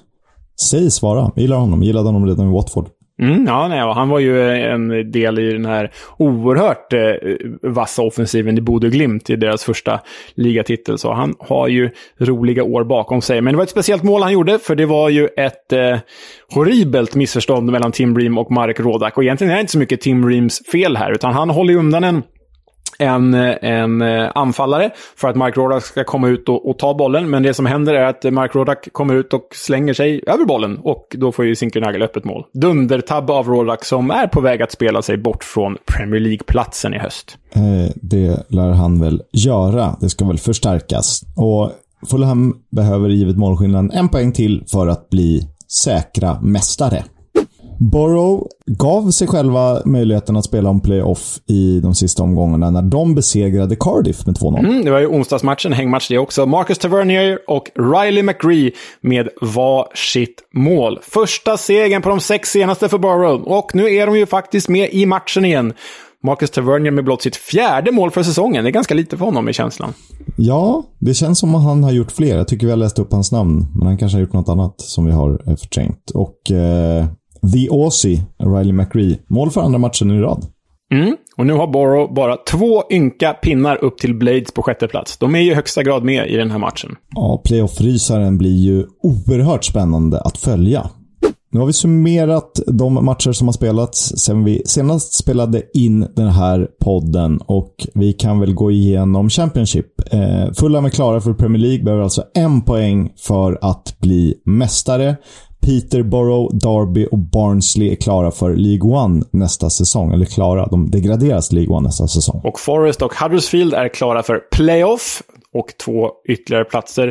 sägs vara. Jag gillar honom, jag gillade honom redan i Watford. Mm, ja, nej, han var ju en del i den här oerhört eh, vassa offensiven i Bodø Glimt i deras första ligatitel, så han har ju roliga år bakom sig. Men det var ett speciellt mål han gjorde, för det var ju ett eh, horribelt missförstånd mellan Tim Ream och Marek Rodak, och egentligen är det inte så mycket Tim Reams fel här, utan han håller ju undan en En, en anfallare för att Mark Rodak ska komma ut och, och ta bollen, men det som händer är att Mark Rodak kommer ut och slänger sig över bollen, och då får ju Zinkernagel öppet mål. Dundertabb av Rodak, som är på väg att spela sig bort från Premier League-platsen i höst. Eh, det lär han väl göra. Det ska väl förstärkas. Och Fulham behöver givet målskillnaden en poäng till för att bli säkra mästare. Borough gav sig själva möjligheten att spela om playoff i de sista omgångarna när de besegrade Cardiff med två noll. Mm, det var ju onsdagsmatchen, hängmatch det också. Marcus Tavernier och Riley McGree med varsitt mål. Första segern på de sex senaste för Borough, och nu är de ju faktiskt med i matchen igen. Marcus Tavernier med blott sitt fjärde mål för säsongen. Det är ganska lite för honom i känslan. Ja, det känns som att han har gjort fler. Jag tycker vi har läst upp hans namn, men han kanske har gjort något annat som vi har förträngt. Och eh, The Aussie, Riley McGree, mål för andra matchen i rad. Mm. Och nu har Borough bara två ynka pinnar upp till Blades på sjätte plats. De är ju i högsta grad med i den här matchen. Ja, playoff-rysaren blir ju oerhört spännande att följa. Nu har vi summerat de matcher som har spelats sen vi senast spelade in den här podden, och vi kan väl gå igenom Championship. Eh, Fulham är klara för Premier League, behöver alltså en poäng för att bli mästare. Peterborough, Derby och Barnsley är klara för League One nästa säsong. Eller klara, de degraderas till League One nästa säsong. Och Forest och Huddersfield är klara för playoff. Och två ytterligare platser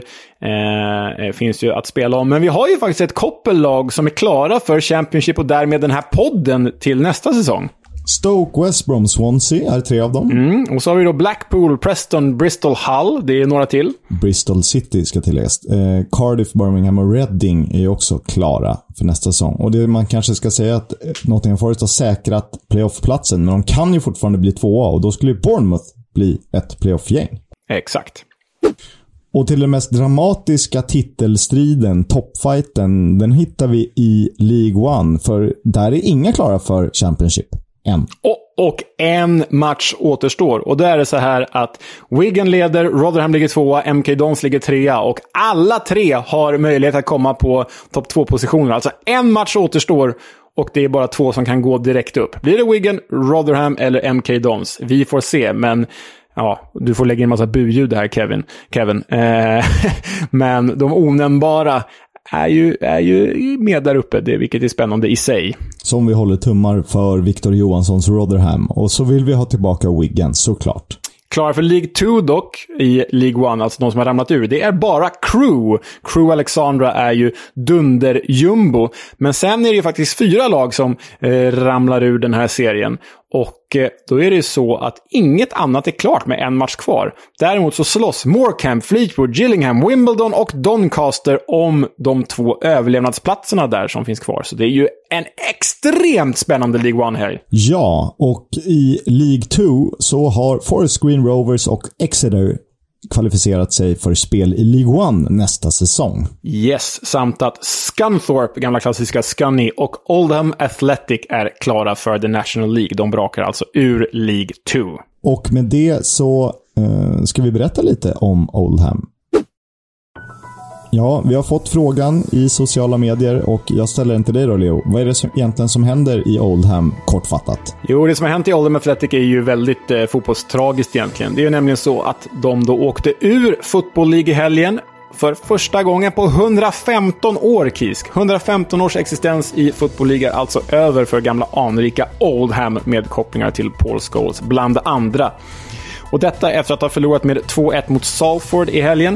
eh, finns ju att spela om. Men vi har ju faktiskt ett koppellag som är klara för Championship och därmed den här podden till nästa säsong. Stoke, West Brom, Swansea är tre av dem. Mm, och så har vi då Blackpool, Preston, Bristol, Hull. Det är några till. Bristol City ska tilläggas. Eh, Cardiff, Birmingham och Reading är ju också klara för nästa säsong. Och det man kanske ska säga att Nottingham Forest har säkrat playoff-platsen, men de kan ju fortfarande bli tvåa, och då skulle ju Bournemouth bli ett playoff-gäng. Exakt. Och till den mest dramatiska titelstriden, toppfighten, den hittar vi i League One. För där är inga klara för Championship än. Och, och en match återstår. Och där är det så här att Wigan leder, Rotherham ligger tvåa, M K Dons ligger trea. Och alla tre har möjlighet att komma på topp två-positioner. Alltså en match återstår. Och det är bara två som kan gå direkt upp. Blir det Wigan, Rotherham eller M K Dons? Vi får se, men... Ja, du får lägga in en massa buljud här, Kevin. Kevin. Eh, men de onämnbara är ju, är ju med där uppe, det, vilket är spännande i sig. Som vi håller tummar för Victor Johanssons Rotherham. Och så vill vi ha tillbaka Wigan, såklart. Klara för League två dock i League One, alltså de som har ramlat ur. Det är bara Crew. Crew Alexandra är ju dunderjumbo. Men sen är det ju faktiskt fyra lag som eh, ramlar ur den här serien. Och eh, då är det ju så att inget annat är klart med en match kvar. Däremot så slåss Morecambe, Fleetwood, Gillingham, Wimbledon och Doncaster om de två överlevnadsplatserna där som finns kvar. Så det är ju en extremt spännande League One här. Ja, och i League två så har Forest Green Rovers och Exeter kvalificerat sig för spel i League One nästa säsong. Yes, samt att Scunthorpe, gamla klassiska Scunny, och Oldham Athletic är klara för The National League. De brakar alltså ur League två. Och med det så eh, ska vi berätta lite om Oldham. Ja, vi har fått frågan i sociala medier och jag ställer den till dig då, Leo. Vad är det som, egentligen som händer i Oldham, kortfattat? Jo, det som har hänt i Oldham Athletic är ju väldigt eh, fotbollstragiskt egentligen. Det är ju nämligen så att de då åkte ur Football League i helgen för första gången på hundrafemton år, Kisk. hundrafemton års existens i Football League är alltså över för gamla anrika Oldham med kopplingar till Paul Scholes, bland andra. Och detta efter att ha förlorat med två ett mot Salford i helgen.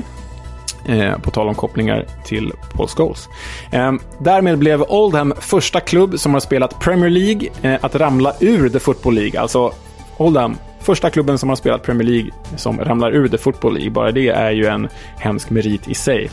Eh, på tal om kopplingar till Paul Scholes. Eh, därmed blev Oldham första klubb som har spelat Premier League eh, att ramla ur The Football League. Alltså Oldham, första klubben som har spelat Premier League som ramlar ur The Football League. Bara det är ju en hemsk merit i sig.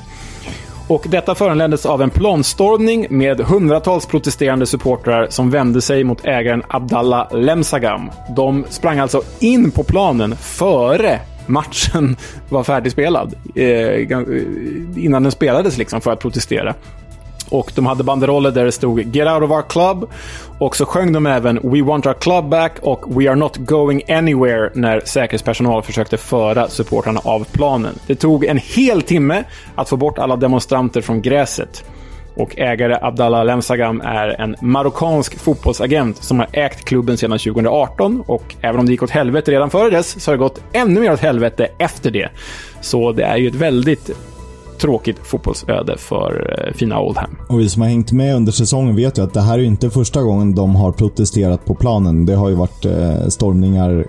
Och detta föranleddes av en planstormning med hundratals protesterande supportrar som vände sig mot ägaren Abdallah Lemsagam. De sprang alltså in på planen före matchen var färdigspelad, eh, innan den spelades liksom, för att protestera. Och de hade banderoller där det stod "Get out of our club", och så sjöng de även "We want our club back" och "We are not going anywhere" när säkerhetspersonal försökte föra supportrarna av planen. Det tog en hel timme att få bort alla demonstranter från gräset. Och ägare Abdallah Lemsagam är en marockansk fotbollsagent som har ägt klubben sedan tjugo arton, och även om det gick åt helvete redan före dess så har det gått ännu mer åt helvete efter det. Så det är ju ett väldigt tråkigt fotbollsöde för eh, fina Oldham. Och vi som har hängt med under säsongen vet ju att det här är ju inte första gången de har protesterat på planen. Det har ju varit eh, stormningar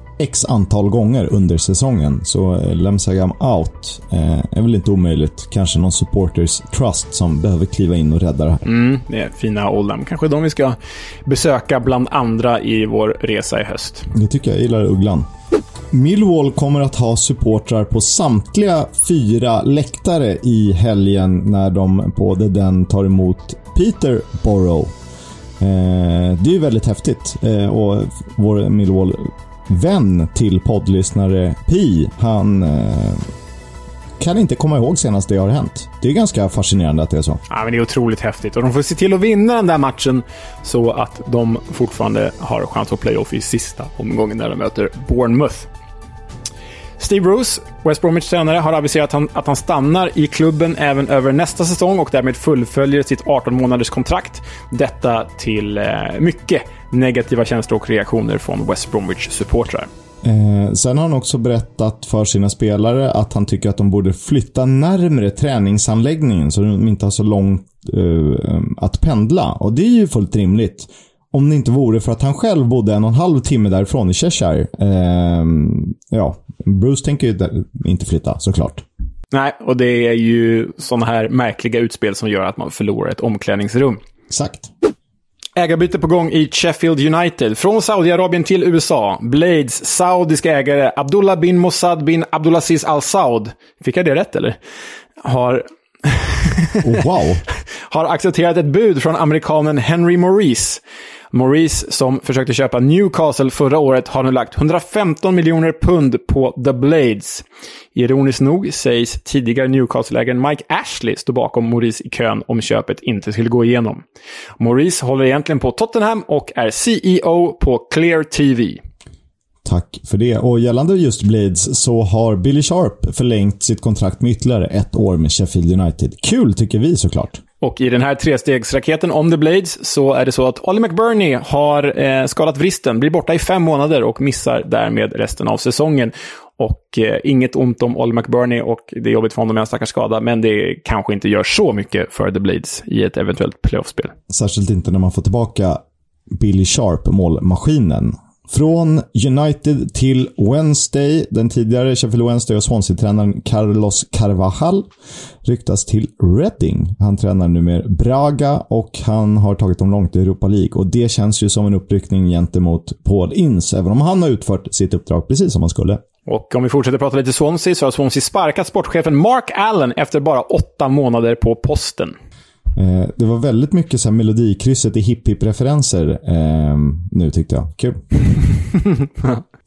x antal gånger under säsongen. Så eh, Lemsagam out eh, är väl inte omöjligt. Kanske någon supporters trust som behöver kliva in och rädda det här. Mm, det är fina Oldham. Kanske de vi ska besöka bland andra i vår resa i höst. Det tycker jag, gillar Ugglan. Millwall kommer att ha supportrar på samtliga fyra läktare i helgen när de på den tar emot Peterborough. Eh, det är ju väldigt häftigt. Eh, och vår Millwall-vän till poddlyssnare Pi, han eh, kan inte komma ihåg senast det har hänt. Det är ganska fascinerande att det är så. Ja, men det är otroligt häftigt. Och de får se till att vinna den där matchen så att de fortfarande har chans att playoff i sista omgången när de möter Bournemouth. Steve Bruce, West Bromwich tränare, har aviserat han, att han stannar i klubben även över nästa säsong och därmed fullföljer sitt arton månaders kontrakt. Detta till eh, mycket negativa känslor och reaktioner från West Bromwich-supportrar. Eh, sen har han också berättat för sina spelare att han tycker att de borde flytta närmare träningsanläggningen så de inte har så långt eh, att pendla. Och det är ju fullt rimligt. Om det inte vore för att han själv bodde en och en halv timme därifrån i Cheshire. Eh, ja, Bruce tänker ju inte flytta, såklart. Nej, och det är ju sådana här märkliga utspel som gör att man förlorar ett omklädningsrum. Exakt. Ägarbyte på gång i Sheffield United. Från Saudiarabien till U S A. Blades saudiska ägare Abdullah bin Mossad bin Abdulaziz Al Saud, fick jag det rätt eller? Har... oh, wow. har accepterat ett bud från amerikanen Henry Maurice. Maurice, som försökte köpa Newcastle förra året, har nu lagt hundrafemton miljoner pund på The Blades. Ironiskt nog sägs tidigare Newcastle-ägaren Mike Ashley stå bakom Maurice i kön om köpet inte skulle gå igenom. Maurice håller egentligen på Tottenham och är C E O på Clear T V. Tack för det. Och gällande just Blades så har Billy Sharp förlängt sitt kontrakt med ytterligare ett år med Sheffield United. Kul tycker vi såklart. Och i den här trestegsraketen om The Blades så är det så att Ollie McBurney har eh, skadat vristen, blir borta i fem månader och missar därmed resten av säsongen. Och eh, inget ont om Ollie McBurney och det är jobbigt för honom med en stackars skada, men det kanske inte gör så mycket för The Blades i ett eventuellt playoffspel. Särskilt inte när man får tillbaka Billy Sharp, målmaskinen. Från United till Wednesday, den tidigare Sheffield Wednesday och Swansea-tränaren Carlos Carvajal ryktas till Reading. Han tränar nu med Braga och han har tagit dem långt i Europa League. Och det känns ju som en uppryckning gentemot Paul Ince, även om han har utfört sitt uppdrag precis som han skulle. Och om vi fortsätter prata lite Swansea så har Swansea sparkat sportchefen Mark Allen efter bara åtta månader på posten. Eh, det var väldigt mycket så här melodikrysset i hip-hip-referenser eh, nu tyckte jag. Kul.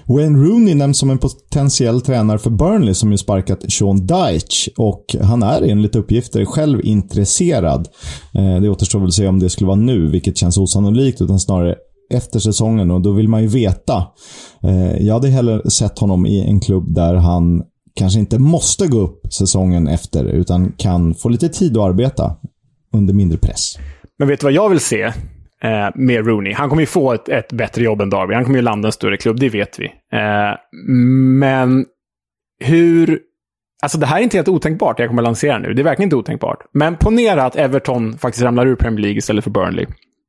Wayne Rooney nämns som en potentiell tränare för Burnley som ju sparkat Sean Dyche, och han är enligt uppgifter själv intresserad. Det återstår väl att se om det skulle vara nu, vilket känns osannolikt, utan snarare efter säsongen, och då vill man ju veta. Jag hade hellre sett honom i en klubb där han kanske inte måste gå upp säsongen efter, utan kan få lite tid att arbeta under mindre press. Men vet du vad jag vill se eh, med Rooney? Han kommer ju få ett, ett bättre jobb än Derby. Han kommer ju landa en större klubb, det vet vi. Eh, men hur... Alltså det här är inte helt otänkbart, jag kommer lansera nu. Det är verkligen inte otänkbart. Men ponera att Everton faktiskt ramlar ur Premier League istället för Burnley.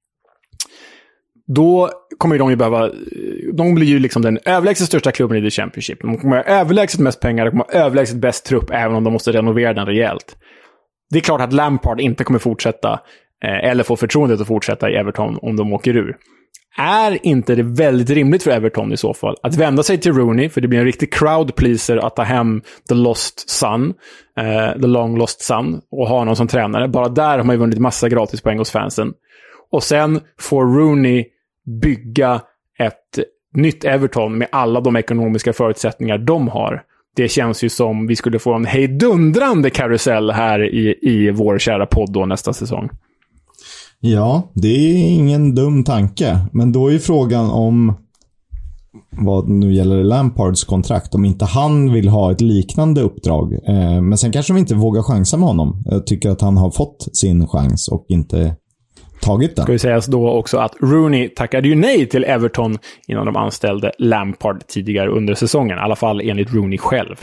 Då kommer de ju behöva... De blir ju liksom den överlägset största klubben i The Championship. De kommer ha överlägset mest pengar, de kommer ha överlägset bäst trupp, även om de måste renovera den rejält. Det är klart att Lampard inte kommer fortsätta eh, eller få förtroendet att fortsätta i Everton om de åker ur. Är inte det väldigt rimligt för Everton i så fall att vända sig till Rooney, för det blir en riktig crowd pleaser att ta hem the lost son, eh, the long lost son, och ha någon som tränare. Bara där har man ju vunnit massa gratispoäng hos fansen. Och sen får Rooney bygga ett nytt Everton med alla de ekonomiska förutsättningar de har. Det känns ju som vi skulle få en hejdundrande karusell här i, i vår kära podd då nästa säsong. Ja, det är ingen dum tanke. Men då är ju frågan om vad nu gäller Lampards kontrakt, om inte han vill ha ett liknande uppdrag. Eh, men sen kanske de inte vågar chansa med honom. Jag tycker att han har fått sin chans och inte tagit den. Ska vi säga då också att Rooney tackade ju nej till Everton innan de anställde Lampard tidigare under säsongen. I alla fall enligt Rooney själv.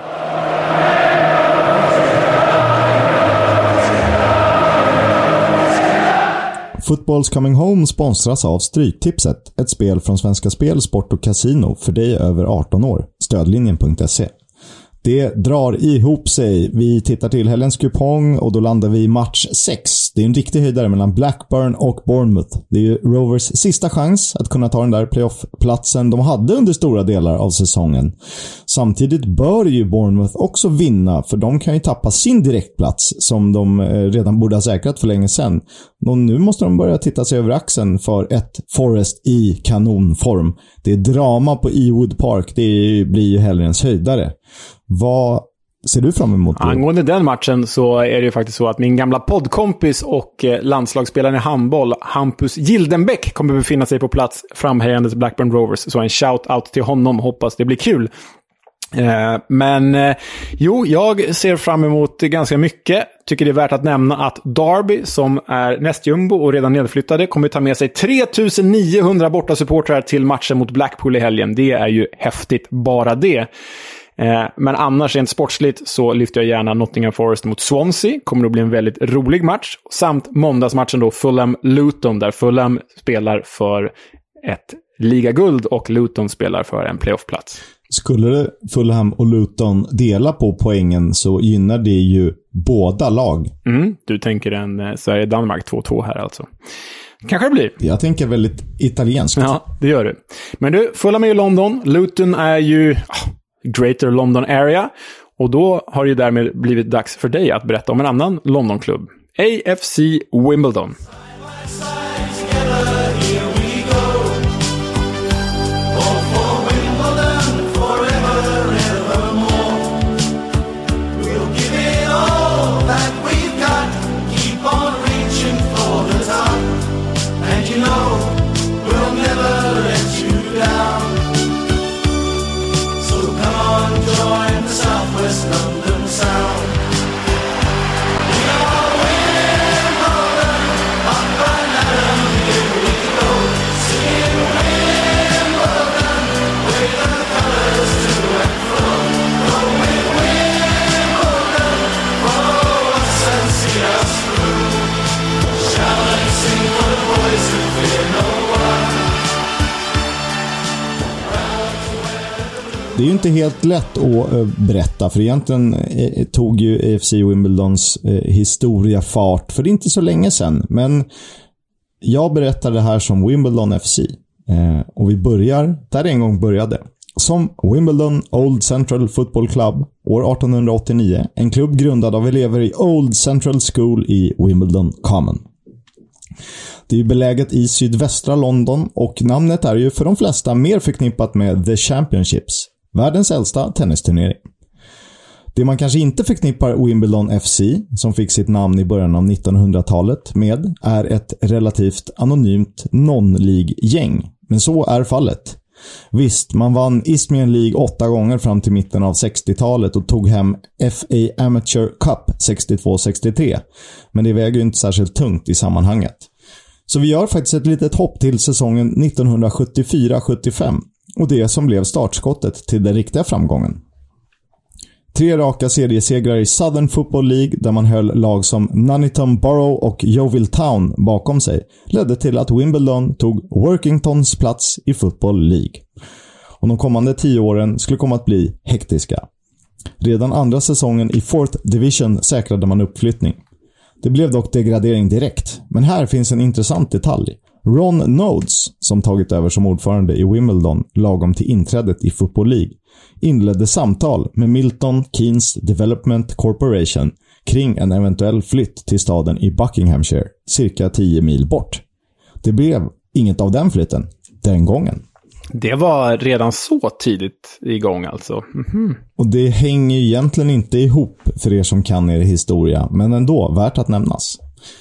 Football's Coming Home sponsras av Stryktipset, ett spel från Svenska Spel, Sport och Casino för dig över arton år. Stödlinjen punkt se. Det drar ihop sig. Vi tittar till helgens kupong och då landar vi i match sex. Det är en riktig höjdare mellan Blackburn och Bournemouth. Det är ju Rovers sista chans att kunna ta den där playoff-platsen de hade under stora delar av säsongen. Samtidigt bör ju Bournemouth också vinna, för de kan ju tappa sin direktplats som de redan borde ha säkrat för länge sedan. Och nu måste de börja titta sig över axeln för ett Forest i kanonform. Det är drama på Ewood Park. Det blir ju helgens höjdare. Vad ser du fram emot? Angående den matchen så är det ju faktiskt så att min gamla poddkompis och landslagsspelaren i handboll Hampus Gildenbäck kommer befinna sig på plats framhävandes Blackburn Rovers. Så en shout-out till honom. Hoppas det blir kul. Eh, men eh, jo, jag ser fram emot ganska mycket. Tycker det är värt att nämna att Derby, som är nästjumbo och redan nedflyttade, kommer ta med sig tre tusen niohundra bortasupportrar till matchen mot Blackpool i helgen. Det är ju häftigt bara det. Men annars rent sportsligt så lyfter jag gärna Nottingham Forest mot Swansea. Kommer att bli en väldigt rolig match. Samt måndagsmatchen då Fulham-Luton, där Fulham spelar för ett ligaguld och Luton spelar för en playoffplats. Skulle Fulham och Luton dela på poängen så gynnar det ju båda lag. Mm, du tänker en Sverige-Danmark två två här alltså. Kanske det blir. Jag tänker väldigt italienskt. Ja, det gör du. Men du, Fulham är ju London. Luton är ju Greater London Area. Och då har det ju därmed blivit dags för dig att berätta om en annan Londonklubb. A F C Wimbledon. Det är ju inte helt lätt att berätta, för egentligen tog ju A F C Wimbledons historia fart för inte så länge sedan. Men jag berättar det här som Wimbledon F C. Och vi börjar där det en gång började. Som Wimbledon Old Central Football Club år arton åttionio. En klubb grundad av elever i Old Central School i Wimbledon Common. Det är ju beläget i sydvästra London och namnet är ju för de flesta mer förknippat med The Championships, världens äldsta tennisturnering. Det man kanske inte förknippar Wimbledon F C, som fick sitt namn i början av nittonhundratalet, med är ett relativt anonymt non-league-gäng. Men så är fallet. Visst, man vann Isthmian League åtta gånger fram till mitten av sextiotalet och tog hem F A Amateur Cup sextiotvå sextiotre. Men det väger ju inte särskilt tungt i sammanhanget. Så vi gör faktiskt ett litet hopp till säsongen nittonhundrasjuttiofyra sjuttiofem och det som blev startskottet till den riktiga framgången. Tre raka seriesegrar i Southern Football League där man höll lag som Nuneaton Borough och Yeovil Town bakom sig ledde till att Wimbledon tog Workingtons plats i Football League. Och de kommande tio åren skulle komma att bli hektiska. Redan andra säsongen i Fourth Division säkrade man uppflyttning. Det blev dock degradering direkt, men här finns en intressant detalj. Ron Nodes, som tagit över som ordförande i Wimbledon lagom till inträdet i Football League, inledde samtal med Milton Keynes Development Corporation kring en eventuell flytt till staden i Buckinghamshire, cirka tio mil bort. Det blev inget av den flytten, den gången. Det var redan så tidigt igång alltså. Mm-hmm. Och det hänger egentligen inte ihop för er som kan er historia, men ändå värt att nämnas.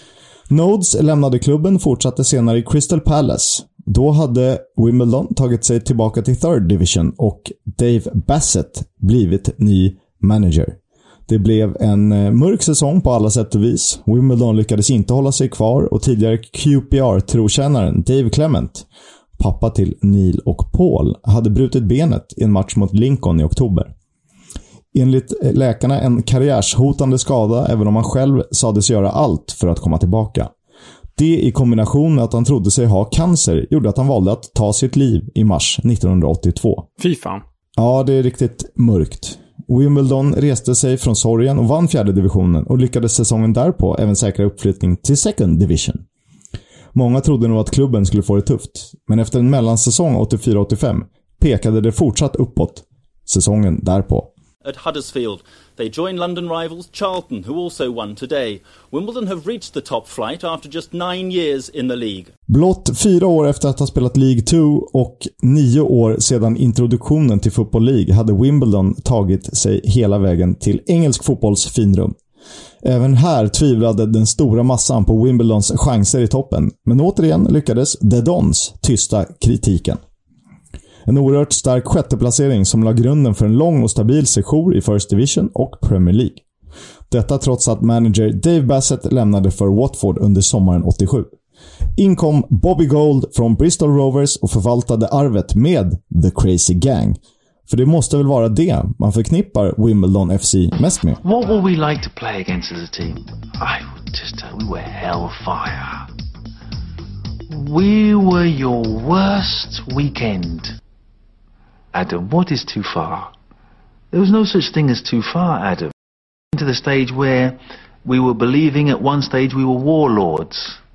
Nodes lämnade klubben och fortsatte senare i Crystal Palace. Då hade Wimbledon tagit sig tillbaka till Third Division och Dave Bassett blivit ny manager. Det blev en mörk säsong på alla sätt och vis. Wimbledon lyckades inte hålla sig kvar och tidigare Q P R-trotjänaren Dave Clement, pappa till Neil och Paul, hade brutit benet i en match mot Lincoln i oktober. Enligt läkarna en karriärshotande skada, även om han själv sades göra allt för att komma tillbaka. Det i kombination med att han trodde sig ha cancer gjorde att han valde att ta sitt liv i mars nittonhundraåttiotvå. Fy fan. Ja, det är riktigt mörkt. Wimbledon reste sig från sorgen och vann fjärde divisionen och lyckades säsongen därpå även säkra uppflyttning till Second Division. Många trodde nog att klubben skulle få det tufft, men efter en mellansäsong åttiofyra åttiofem pekade det fortsatt uppåt säsongen därpå. At Huddersfield, they join London rivals Charlton, who also won today. Wimbledon have reached the top flight after just nine years in the league. Blott fyra år efter att ha spelat League två och nio år sedan introduktionen till Football League hade Wimbledon tagit sig hela vägen till engelsk fotbolls finrum. Även här tvivlade den stora massan på Wimbledons chanser i toppen, men återigen lyckades The Dons tysta kritiken. En oerhört stark sjätteplacering som la grunden för en lång och stabil sejour i First Division och Premier League. Detta trots att manager Dave Bassett lämnade för Watford under sommaren åttiosju. In kom Bobby Gold från Bristol Rovers och förvaltade arvet med The Crazy Gang. För det måste väl vara det man förknippar Wimbledon F C mest med. What would we like to play against as a team? I would just uh, we were hellfire. We were your worst weekend. Adam, what is too far? There was no such thing as too far, Adam. To the stage where we were believing at one stage we were warlords.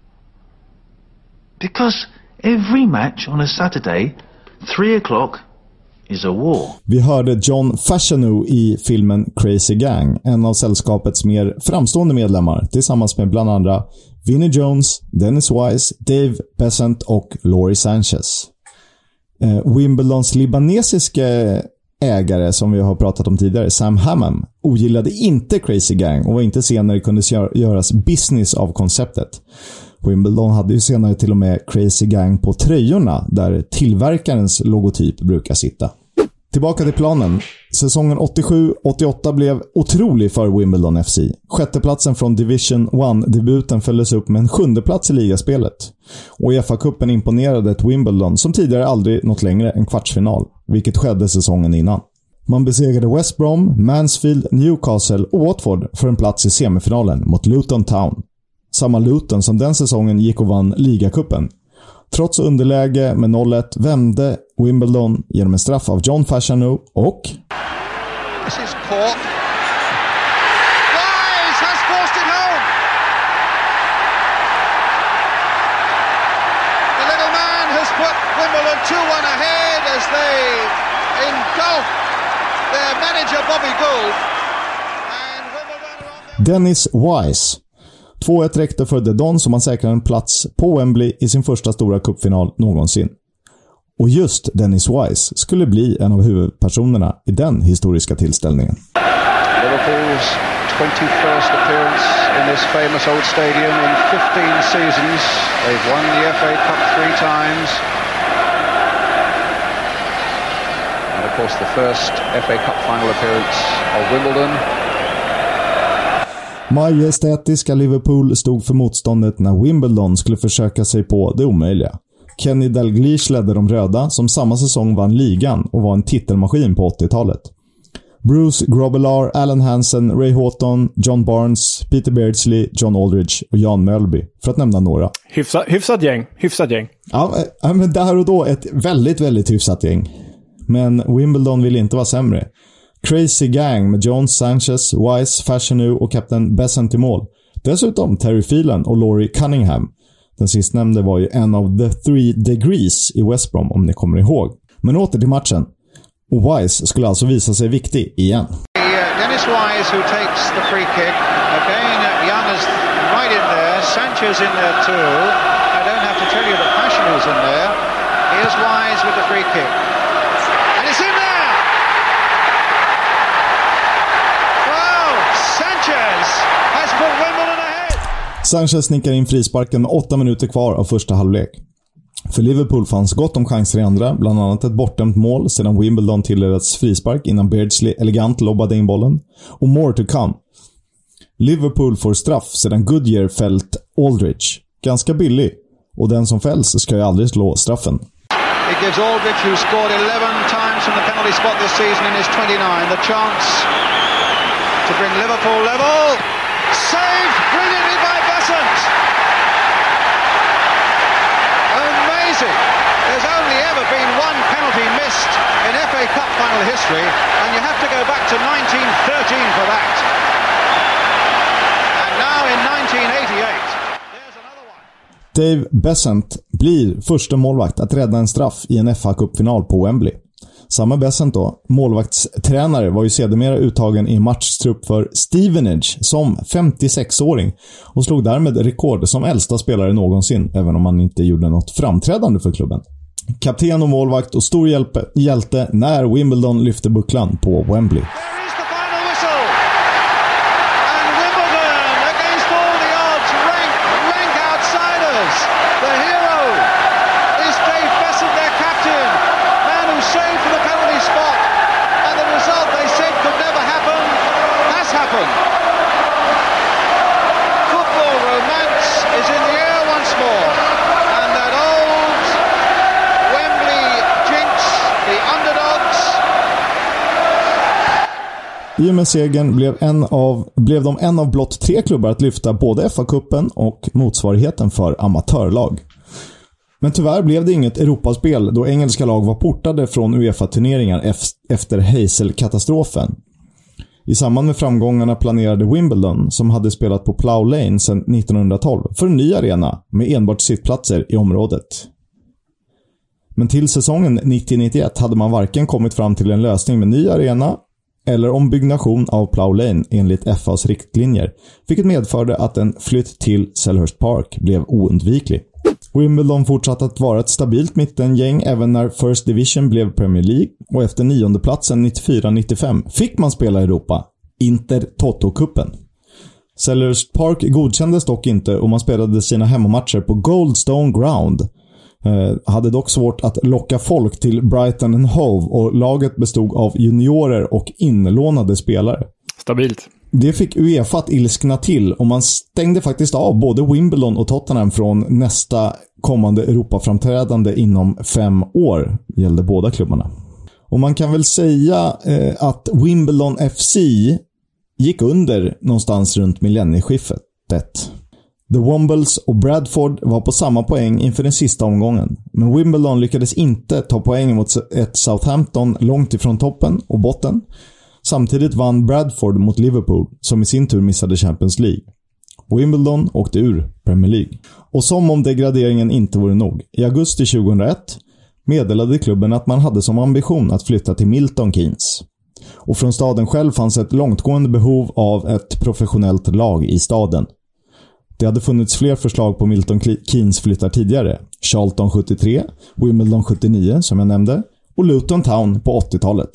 Because every match on a Saturday, three o'clock, is a war. Vi hörde John Fashanu i filmen Crazy Gang, en av sällskapets mer framstående medlemmar, tillsammans med bland andra Vinnie Jones, Dennis Wise, Dave Besant och Laurie Sanchez. Eh, Wimbledons libanesiska ägare, som vi har pratat om tidigare, Sam Hammam, ogillade inte Crazy Gang och var inte sen när det kunde göras business av konceptet. Wimbledon hade ju senare till och med Crazy Gang på tröjorna där tillverkarens logotyp brukar sitta. Tillbaka till planen. Säsongen åttiosju åttioåtta blev otrolig för Wimbledon F C. Sjätteplatsen från Division ett-debuten följdes upp med en sjunde plats i ligaspelet. Och E F A-cupen imponerade ett Wimbledon som tidigare aldrig nått längre än kvartsfinal, vilket skedde säsongen innan. Man besegrade West Brom, Mansfield, Newcastle och Watford för en plats i semifinalen mot Luton Town. Samma Luton som den säsongen gick och vann ligacupen. Trots underläge med noll ett vände Wimbledon genom en straff av John Fashanu och... This is caught. Wise has forced it home. The little man has put Wimbledon two one ahead as they engulf their manager Bobby Gould. And Wimbledon are on the... Dennis Wise. två ett räckte för The Dons som man säkrade en plats på Wembley i sin första stora cupfinal någonsin. Och just Dennis Wise skulle bli en av huvudpersonerna i den historiska tillställningen. Liverpool's twenty-first appearance in this famous old stadium in fifteen seasons. They've won the F A Cup three times. And of course the first F A Cup final appearance of Wimbledon. Majestätiska Liverpool stod för motståndet när Wimbledon skulle försöka sig på det omöjliga. Kenny Dalglish ledde de röda som samma säsong vann ligan och var en titelmaskin på åttiotalet. Bruce Grobbelaar, Alan Hansen, Ray Houghton, John Barnes, Peter Beardsley, John Aldridge och Jan Mölby, för att nämna några. Hyfsa, hyfsat gäng, hyfsat gäng. Ja, men där och då ett väldigt, väldigt hyfsat gäng. Men Wimbledon vill inte vara sämre. Crazy Gang med Jones, Sanchez, Wise, Fashanu och kapten Besant i mål. Dessutom Terry Phelan och Laurie Cunningham. Den sistnämnde var ju en av The Three Degrees i West Brom, om ni kommer ihåg. Men åter till matchen. Och Wise skulle alltså visa sig viktig igen. Dennis Wise who takes the free kick. Again, Young is right in there. Sanchez in there too. I don't have to tell you that Fashanu's in there. Here's Wise with the free kick. And it's in there! Wow! Sanchez has put Wimbledon ahead! Sanchez snickar in frisparken med åtta minuter kvar av första halvlek. För Liverpool fanns gott om chanser i andra, bland annat ett bortdömt mål sedan Wimbledon tilldelats frispark innan Beardsley elegant lobbade in bollen. Och more to come. Liverpool får straff sedan Goodyear fällt Aldridge. Ganska billig. Och den som fälls ska ju aldrig slå straffen. It gives Aldridge, who scored eleven times from the penalty spot this season in his twenty-nine, the chance to bring Liverpool level. Saved brilliantly by Besant. Amazing. There's only ever been one penalty missed in F A Cup final history, and you have to go back to nineteen thirteen for that. And now in nineteen eighty-eight, there's another one. Dave Besant blir första målvakt att rädda en straff i en F A-cupfinal på Wembley. Samma Besant då, målvaktstränare, var ju sedermera uttagen i matchtrupp för Stevenage som femtiosex-åring och slog därmed rekord som äldsta spelare någonsin, även om han inte gjorde något framträdande för klubben. Kapten och målvakt och stor hjälpe, hjälte när Wimbledon lyfte bucklan på Wembley. I och med segern blev, en av, blev de en av blott tre klubbar att lyfta både F A-cupen och motsvarigheten för amatörlag. Men tyvärr blev det inget Europaspel då engelska lag var portade från UEFA-turneringar efter Hazel-katastrofen. I samband med framgångarna planerade Wimbledon, som hade spelat på Plough Lane sedan nittonhundratolv, för en ny arena med enbart sittplatser i området. Men till säsongen nittio nittioett hade man varken kommit fram till en lösning med ny arena eller ombyggnation av Plough Lane enligt F A:s riktlinjer, vilket medförde att en flytt till Selhurst Park blev oundviklig. Wimbledon fortsatte att vara ett stabilt mittengäng även när First Division blev Premier League, och efter nionde platsen nittiofyra nittiofem fick man spela i Europa, Inter Toto-cupen. Selhurst Park godkändes dock inte och man spelade sina hemmamatcher på Goldstone Ground. Eh, hade dock svårt att locka folk till Brighton and Hove och laget bestod av juniorer och inlånade spelare. Stabilt. Det fick UEFA att ilskna till och man stängde faktiskt av både Wimbledon och Tottenham från nästa kommande Europaframträdande inom fem år. Gällde båda klubbarna. Och man kan väl säga eh, att Wimbledon F C gick under någonstans runt millennieskiftet. The Wombles och Bradford var på samma poäng inför den sista omgången. Men Wimbledon lyckades inte ta poäng mot ett Southampton långt ifrån toppen och botten. Samtidigt vann Bradford mot Liverpool, som i sin tur missade Champions League. Wimbledon åkte ur Premier League. Och som om degraderingen inte vore nog, i augusti tjugohundraett meddelade klubben att man hade som ambition att flytta till Milton Keynes. Och från staden själv fanns ett långtgående behov av ett professionellt lag i staden. Det hade funnits fler förslag på Milton Keynes flyttar tidigare. Charlton sjuttiotre, Wimbledon sjuttionio som jag nämnde och Luton Town på åttiotalet.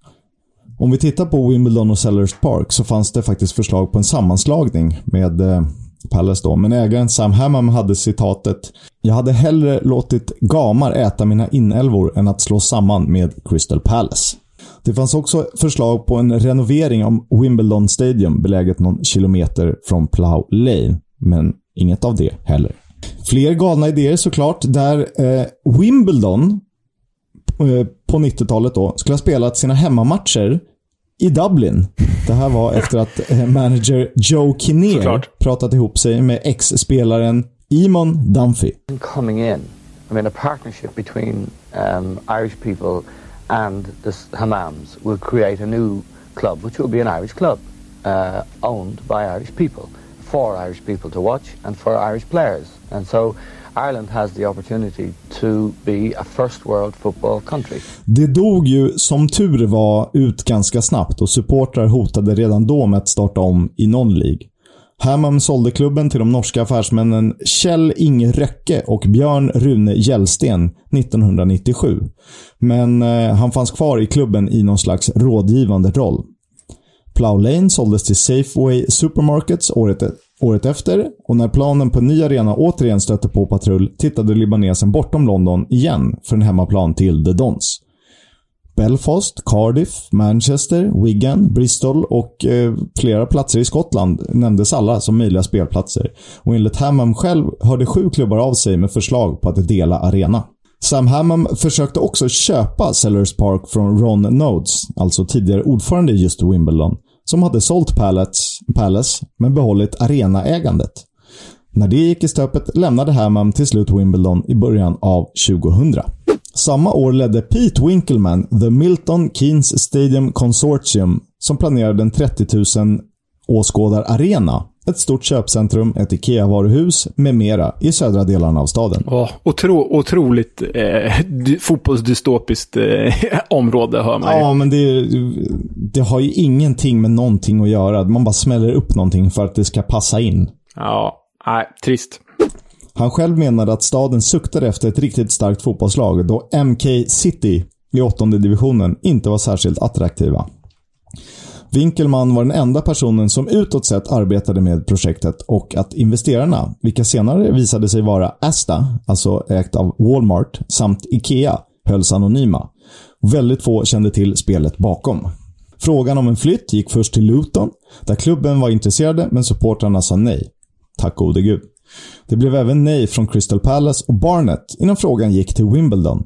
Om vi tittar på Wimbledon och Selhurst Park så fanns det faktiskt förslag på en sammanslagning med eh, Palace då. Men ägaren Sam Hammam hade citatet: "Jag hade hellre låtit gamar äta mina inälvor än att slå samman med Crystal Palace." Det fanns också förslag på en renovering av Wimbledon Stadium beläget någon kilometer från Plough Lane. Men inget av det heller. Fler galna idéer såklart, där eh, Wimbledon eh, på nittiotalet då skulle ha spelat sina hemmamatcher i Dublin. Det här var efter att eh, manager Joe Kinnear såklart pratat ihop sig med ex-spelaren Eamon Dunphy. Coming in, I mean a partnership between um, Irish people and the Hammams will create a new club, which will be an Irish club uh, owned by Irish people, for Irish people to watch and for Irish players. And so Ireland has the opportunity to be a first world football country. Det dog ju som tur var ut ganska snabbt och supportrar hotade redan då med att starta om i någon League. Hammam sålde klubben till de norska affärsmännen Kjell Inge Röcke och Björn Rune Gällsten nittonhundranittiosju. Men eh, han fanns kvar i klubben i någon slags rådgivande roll. Plough Lane såldes till Safeway Supermarkets året, året efter, och när planen på en ny arena återigen stötte på patrull tittade libanesen bortom London igen för en hemmaplan till The Dons. Belfast, Cardiff, Manchester, Wigan, Bristol och eh, flera platser i Skottland nämndes alla som möjliga spelplatser. Och enligt Hammam själv hörde sju klubbar av sig med förslag på att dela arena. Sam Hammam försökte också köpa Selhurst Park från Ron Nodes, alltså tidigare ordförande i just Wimbledon, som hade sålt Palace, Palace men behållit arenaägandet. När det gick i stöpet lämnade Hammam till slut Wimbledon i början av tjugohundra. Samma år ledde Pete Winkelman The Milton Keynes Stadium Consortium som planerade en trettio tusen åskådar arena, ett stort köpcentrum, ett IKEA-varuhus med mera i södra delarna av staden. Oh, otro, otroligt eh, fotbollsdystopiskt eh, område hör man ju. Ja, men det, det har ju ingenting med någonting att göra. Man bara smäller upp någonting för att det ska passa in. Ja, nej, trist. Han själv menade att staden suktade efter ett riktigt starkt fotbollslag då M K City i åttonde divisionen inte var särskilt attraktiva. Winkelman var den enda personen som utåt sett arbetade med projektet, och att investerarna, vilka senare visade sig vara Asda, alltså ägt av Walmart, samt IKEA, hölls anonyma. Väldigt få kände till spelet bakom. Frågan om en flytt gick först till Luton, där klubben var intresserade men supportrarna sa nej. Tack gode gud. Det blev även nej från Crystal Palace och Barnet innan frågan gick till Wimbledon,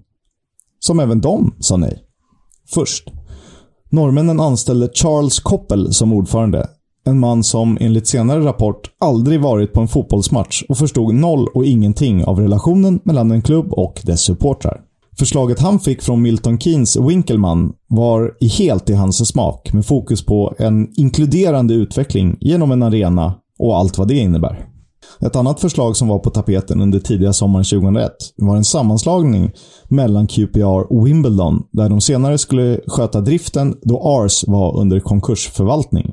som även de sa nej. Först. Norrmännen anställde Charles Koppel som ordförande, en man som enligt senare rapport aldrig varit på en fotbollsmatch och förstod noll och ingenting av relationen mellan en klubb och dess supportrar. Förslaget han fick från Milton Keynes Winkelman var i helt i hans smak, med fokus på en inkluderande utveckling genom en arena och allt vad det innebär. Ett annat förslag som var på tapeten under tidiga sommaren tjugohundraett var en sammanslagning mellan Q P R och Wimbledon, där de senare skulle sköta driften då A R S var under konkursförvaltning.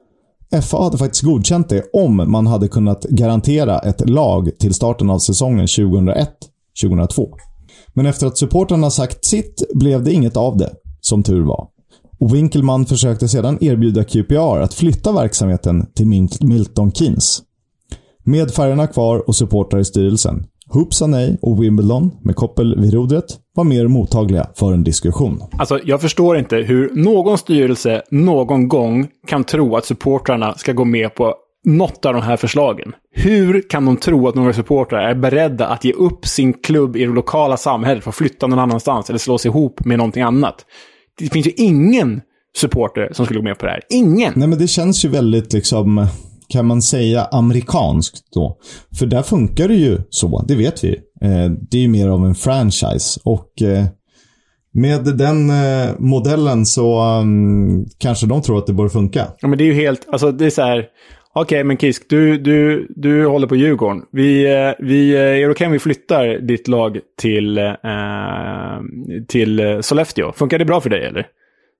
F A hade faktiskt godkänt det om man hade kunnat garantera ett lag till starten av säsongen tjugohundraett tjugohundratvå. Men efter att supporterna sagt sitt blev det inget av det, som tur var. Och Winkelman försökte sedan erbjuda Q P R att flytta verksamheten till Milton Keynes. Med färgerna kvar och supportrar i styrelsen. Hoops sa nej och Wimbledon, med Koppel vid rodret, var mer mottagliga för en diskussion. Alltså, jag förstår inte hur någon styrelse någon gång kan tro att supportrarna ska gå med på något av de här förslagen. Hur kan de tro att några supportrar är beredda att ge upp sin klubb i det lokala samhället för att flytta någon annanstans eller slå sig ihop med någonting annat? Det finns ju ingen supporter som skulle gå med på det här. Ingen! Nej, men det känns ju väldigt liksom, kan man säga, amerikanskt då. För där funkar det ju så, det vet vi. Eh, det är ju mer av en franchise. Och eh, med den eh, modellen så um, kanske de tror att det borde funka. Ja, men det är ju helt, alltså det är så här, okej, okay, men Kisk, du, du, du håller på Djurgården. Vi, vi, är okej om vi flyttar ditt lag till, eh, till Sollefteå. Funkar det bra för dig, eller?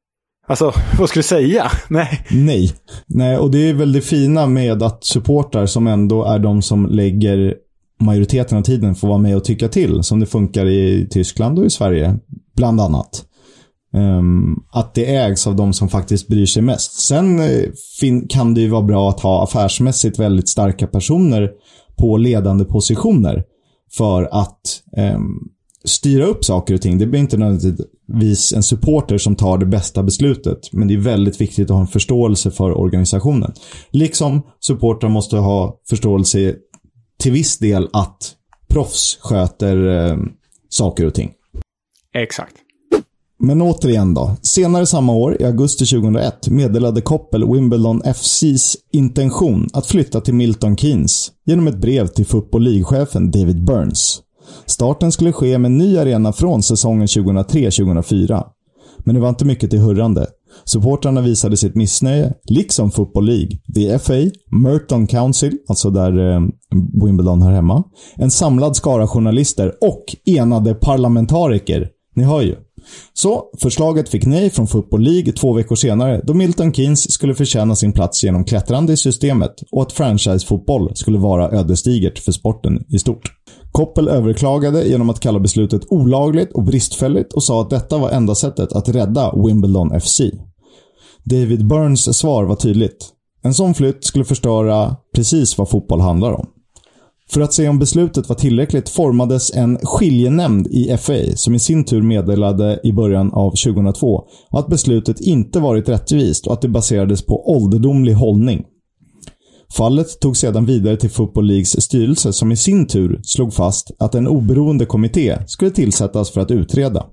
Alltså, vad skulle du säga? Nej. Nej. Nej, och det är väl det fina med att supportrar som ändå är de som lägger majoriteten av tiden får vara med och tycka till, som det funkar i Tyskland och i Sverige, bland annat. Um, att det ägs av de som faktiskt bryr sig mest. Sen uh, fin- kan det ju vara bra att ha affärsmässigt väldigt starka personer på ledande positioner för att um, styra upp saker och ting. Det blir inte nödvändigtvis en supporter som tar det bästa beslutet, men det är väldigt viktigt att ha en förståelse för organisationen. Liksom supportrar måste ha förståelse till viss del att proffs sköter um, saker och ting. Exakt. Men återigen då. Senare samma år, i augusti tjugohundraett, meddelade Koppel Wimbledon F C:s intention att flytta till Milton Keynes genom ett brev till Football League-chefen David Burns. Starten skulle ske med en ny arena från säsongen tjugohundratre tjugohundrafyra. Men det var inte mycket till hurrande. Supportrarna visade sitt missnöje, liksom Football League, The F A, Merton Council, alltså där eh, Wimbledon hör hemma, en samlad skara journalister och enade parlamentariker. Ni hör ju. Så förslaget fick nej från Football League två veckor senare, då Milton Keynes skulle förtjäna sin plats genom klättrande i systemet och att franchise-fotboll skulle vara ödesdigert för sporten i stort. Koppel överklagade genom att kalla beslutet olagligt och bristfälligt och sa att detta var enda sättet att rädda Wimbledon F C. David Burns svar var tydligt. En sån flytt skulle förstöra precis vad fotboll handlar om. För att se om beslutet var tillräckligt formades en skiljenämnd i F A som i sin tur meddelade i början av tjugohundratvå att beslutet inte varit rättvist och att det baserades på ålderdomlig hållning. Fallet tog sedan vidare till Football Leagues styrelse som i sin tur slog fast att en oberoende kommitté skulle tillsättas för att utreda.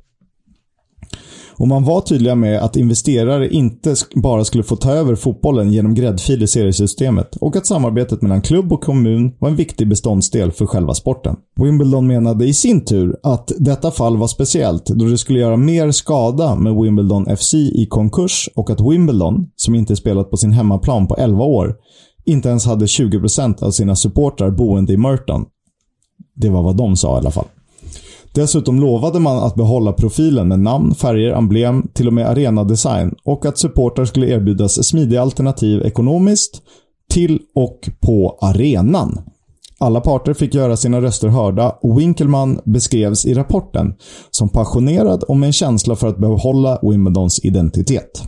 Och man var tydliga med att investerare inte bara skulle få ta över fotbollen genom gräddfil i seriesystemet och att samarbetet mellan klubb och kommun var en viktig beståndsdel för själva sporten. Wimbledon menade i sin tur att detta fall var speciellt då det skulle göra mer skada med Wimbledon F C i konkurs och att Wimbledon, som inte spelat på sin hemmaplan på elva år, inte ens hade tjugo procent av sina supportrar boende i Merton. Det var vad de sa i alla fall. Dessutom lovade man att behålla profilen med namn, färger, emblem, till och med arenadesign och att supportrar skulle erbjudas smidiga alternativ ekonomiskt till och på arenan. Alla parter fick göra sina röster hörda och Winkelman beskrevs i rapporten som passionerad och med en känsla för att behålla Wimbledons identitet.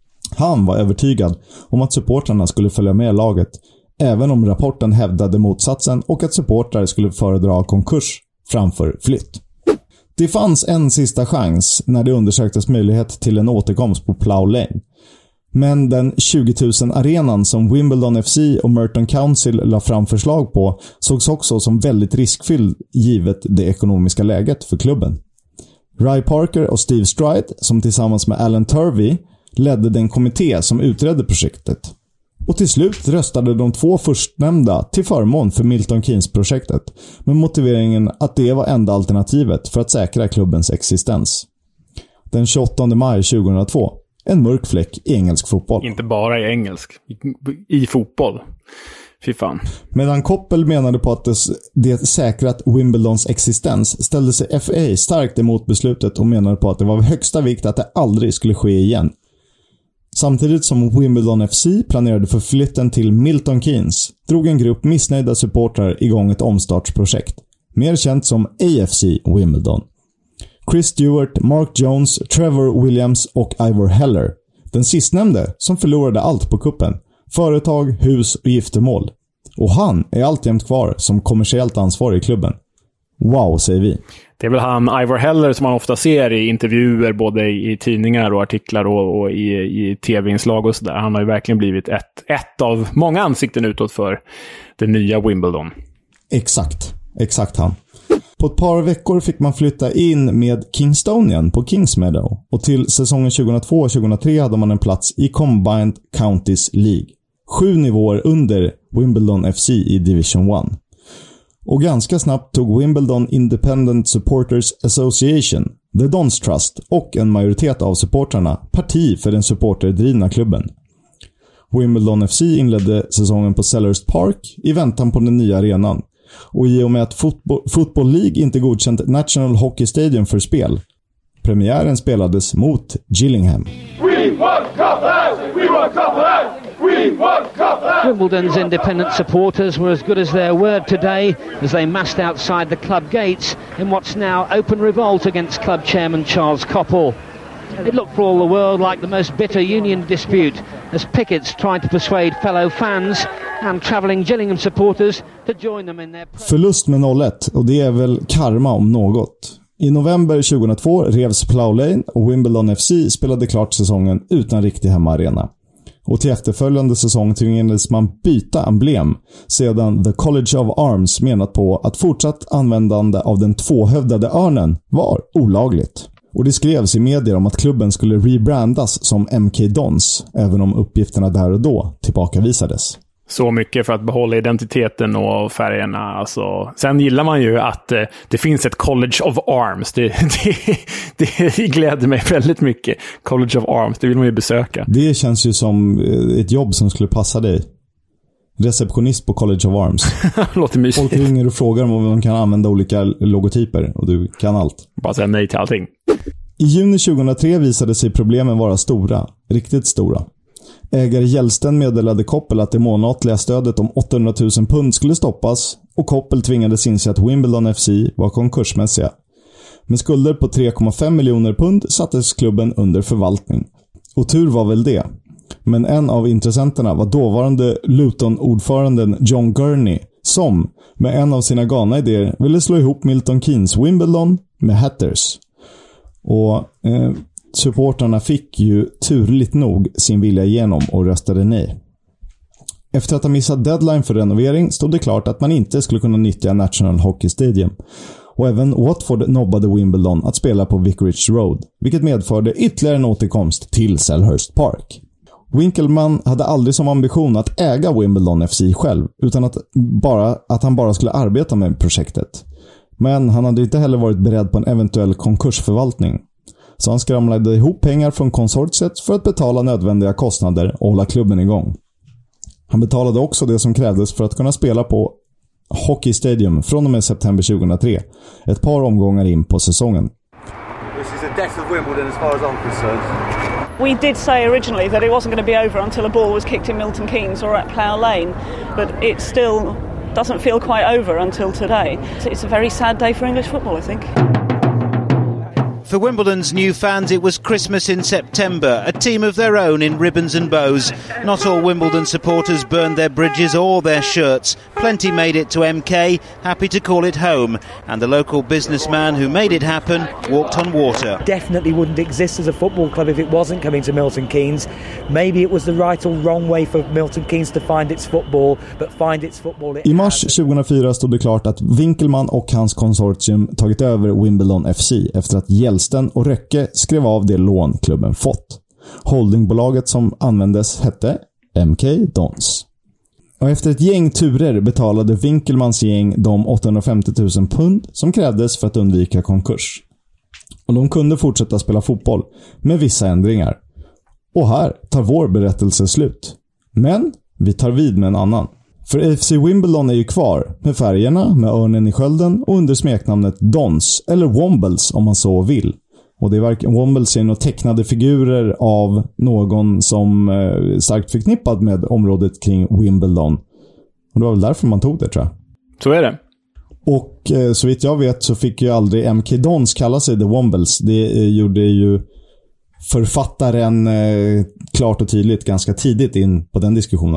Han var övertygad om att supportrarna skulle följa med laget, även om rapporten hävdade motsatsen och att supportrar skulle föredra konkurs framför flytt. Det fanns en sista chans när det undersöktes möjlighet till en återkomst på Plough Lane. Men den tjugo tusen arenan som Wimbledon F C och Merton Council la fram förslag på sågs också som väldigt riskfylld givet det ekonomiska läget för klubben. Ry Parker och Steve Stride, som tillsammans med Alan Turvey ledde den kommitté som utredde projektet. Och till slut röstade de två förstnämnda till förmån för Milton Keynes-projektet med motiveringen att det var enda alternativet för att säkra klubbens existens. Den tjugoåttonde maj tjugohundratvå. En mörk fläck i engelsk fotboll. Inte bara i engelsk. I, i fotboll. Fy fan. Medan Koppel menade på att det, det säkrat Wimbledons existens ställde sig F A starkt emot beslutet och menade på att det var av högsta vikt att det aldrig skulle ske igen. Samtidigt som Wimbledon F C planerade för flytten till Milton Keynes drog en grupp missnöjda supportrar igång ett omstartsprojekt, mer känt som A F C Wimbledon. Chris Stewart, Mark Jones, Trevor Williams och Ivor Heller. Den sistnämnde som förlorade allt på kuppen. Företag, hus och giftermål. Och han är alltjämt kvar som kommersiellt ansvarig i klubben. Wow, säger vi. Det är väl han, Ivor Heller, som man ofta ser i intervjuer både i tidningar och artiklar och, och i, i tv-inslag och sådär. Han har ju verkligen blivit ett, ett av många ansikten utåt för det nya Wimbledon. Exakt, exakt han. På ett par veckor fick man flytta in med Kingstonian på Kingsmeadow och till säsongen tjugohundratvå tjugohundratre hade man en plats i Combined Counties League. Sju nivåer under Wimbledon F C i Division ett. Och ganska snabbt tog Wimbledon Independent Supporters Association, The Dons Trust och en majoritet av supportrarna parti för den supporterdrivna klubben. Wimbledon F C inledde säsongen på Sellers Park i väntan på den nya arenan. Och i och med att Football, Football League inte godkänt National Hockey Stadium för spel, premiären spelades mot Gillingham. We want Cup House! We want Cup House! We want Cup House! Wimbledon's independent supporters were as good as their word today as they massed outside the club gates in what's now open revolt against club chairman Charles Koppel. It looked for all the world like the most bitter union dispute as pickets tried to persuade fellow fans and travelling Gillingham supporters to join them in their... Förlust med noll ett, och det är väl karma om något. I november tjugohundratvå revs Plough Lane och Wimbledon F C spelade klart säsongen utan riktig hemmaarena. Och till efterföljande säsong tvingades man byta emblem sedan The College of Arms menat på att fortsatt användande av den tvåhövdade örnen var olagligt. Och det skrevs i medier om att klubben skulle rebrandas som M K Dons, även om uppgifterna där och då tillbakavisades. Så mycket för att behålla identiteten och färgerna. Alltså. Sen gillar man ju att eh, det finns ett College of Arms. Det, det, det gläder mig väldigt mycket. College of Arms, det vill man ju besöka. Det känns ju som ett jobb som skulle passa dig. Receptionist på College of Arms. Låter mysigt. Folk ringer och frågar om man kan använda olika logotyper och du kan allt. Bara säga nej till allting. I juni tjugohundratre visade sig problemen vara stora. Riktigt stora. Ägare Hjälsten meddelade Koppel att det månatliga stödet om åttahundratusen pund skulle stoppas och Koppel tvingades inse att Wimbledon F C var konkursmässiga. Med skulder på tre komma fem miljoner pund sattes klubben under förvaltning. Och tur var väl det. Men en av intressenterna var dåvarande Luton-ordföranden John Gurney som, med en av sina galna idéer, ville slå ihop Milton Keynes Wimbledon med Hatters. Och eh, supporterna fick ju turligt nog sin vilja igenom och röstade nej. Efter att ha missat deadline för renovering stod det klart att man inte skulle kunna nyttja National Hockey Stadium. Och även Watford nobbade Wimbledon att spela på Vicarage Road, vilket medförde ytterligare en återkomst till Selhurst Park. Winkelman hade aldrig som ambition att äga Wimbledon F C själv, utan att, bara, att han bara skulle arbeta med projektet. Men han hade inte heller varit beredd på en eventuell konkursförvaltning. Så han skramlade ihop pengar från konsortiet för att betala nödvändiga kostnader och hålla klubben igång. Han betalade också det som krävdes för att kunna spela på Hockey Stadium från och med september tjugohundratre, ett par omgångar in på säsongen. This is the death of Wimbledon as far as I'm concerned. We did say originally that it wasn't going to be over until a ball was kicked in Milton Keynes or at Plough Lane, but it still doesn't feel quite over until today. It's a very sad day for English football, I think. For Wimbledon's new fans, it was Christmas in September, a team of their own in ribbons and bows. Not all Wimbledon supporters burned their bridges or their shirts. Plenty made it to M K, happy to call it home. And the local businessman who made it happen walked on water. Definitely wouldn't exist as a football club if it wasn't coming to Milton Keynes. Maybe it was the right or wrong way for Milton Keynes to find its football, but find its football... It I mars tjugohundrafyra stod det klart att Winkelman och hans konsortium tagit över Wimbledon F C efter att Hjälsten och Röcke skrev av det lån klubben fått. Holdingbolaget som användes hette M K Dons. Och efter ett gäng turer betalade Winkelmans gäng de åttahundrafemtiotusen pund som krävdes för att undvika konkurs. Och de kunde fortsätta spela fotboll med vissa ändringar. Och här tar vår berättelse slut. Men vi tar vid med en annan. För F C Wimbledon är ju kvar med färgerna, med örnen i skölden och under smeknamnet Dons, eller Wombles om man så vill. Och det är varken Wombles är några tecknade figurer av någon som är starkt förknippad med området kring Wimbledon. Och det var väl därför man tog det, tror jag. Så är det. Och eh, så vitt jag vet så fick ju aldrig M K Dons kalla sig The Wombles. Det eh, gjorde ju författaren eh, klart och tydligt ganska tidigt in på den diskussionen.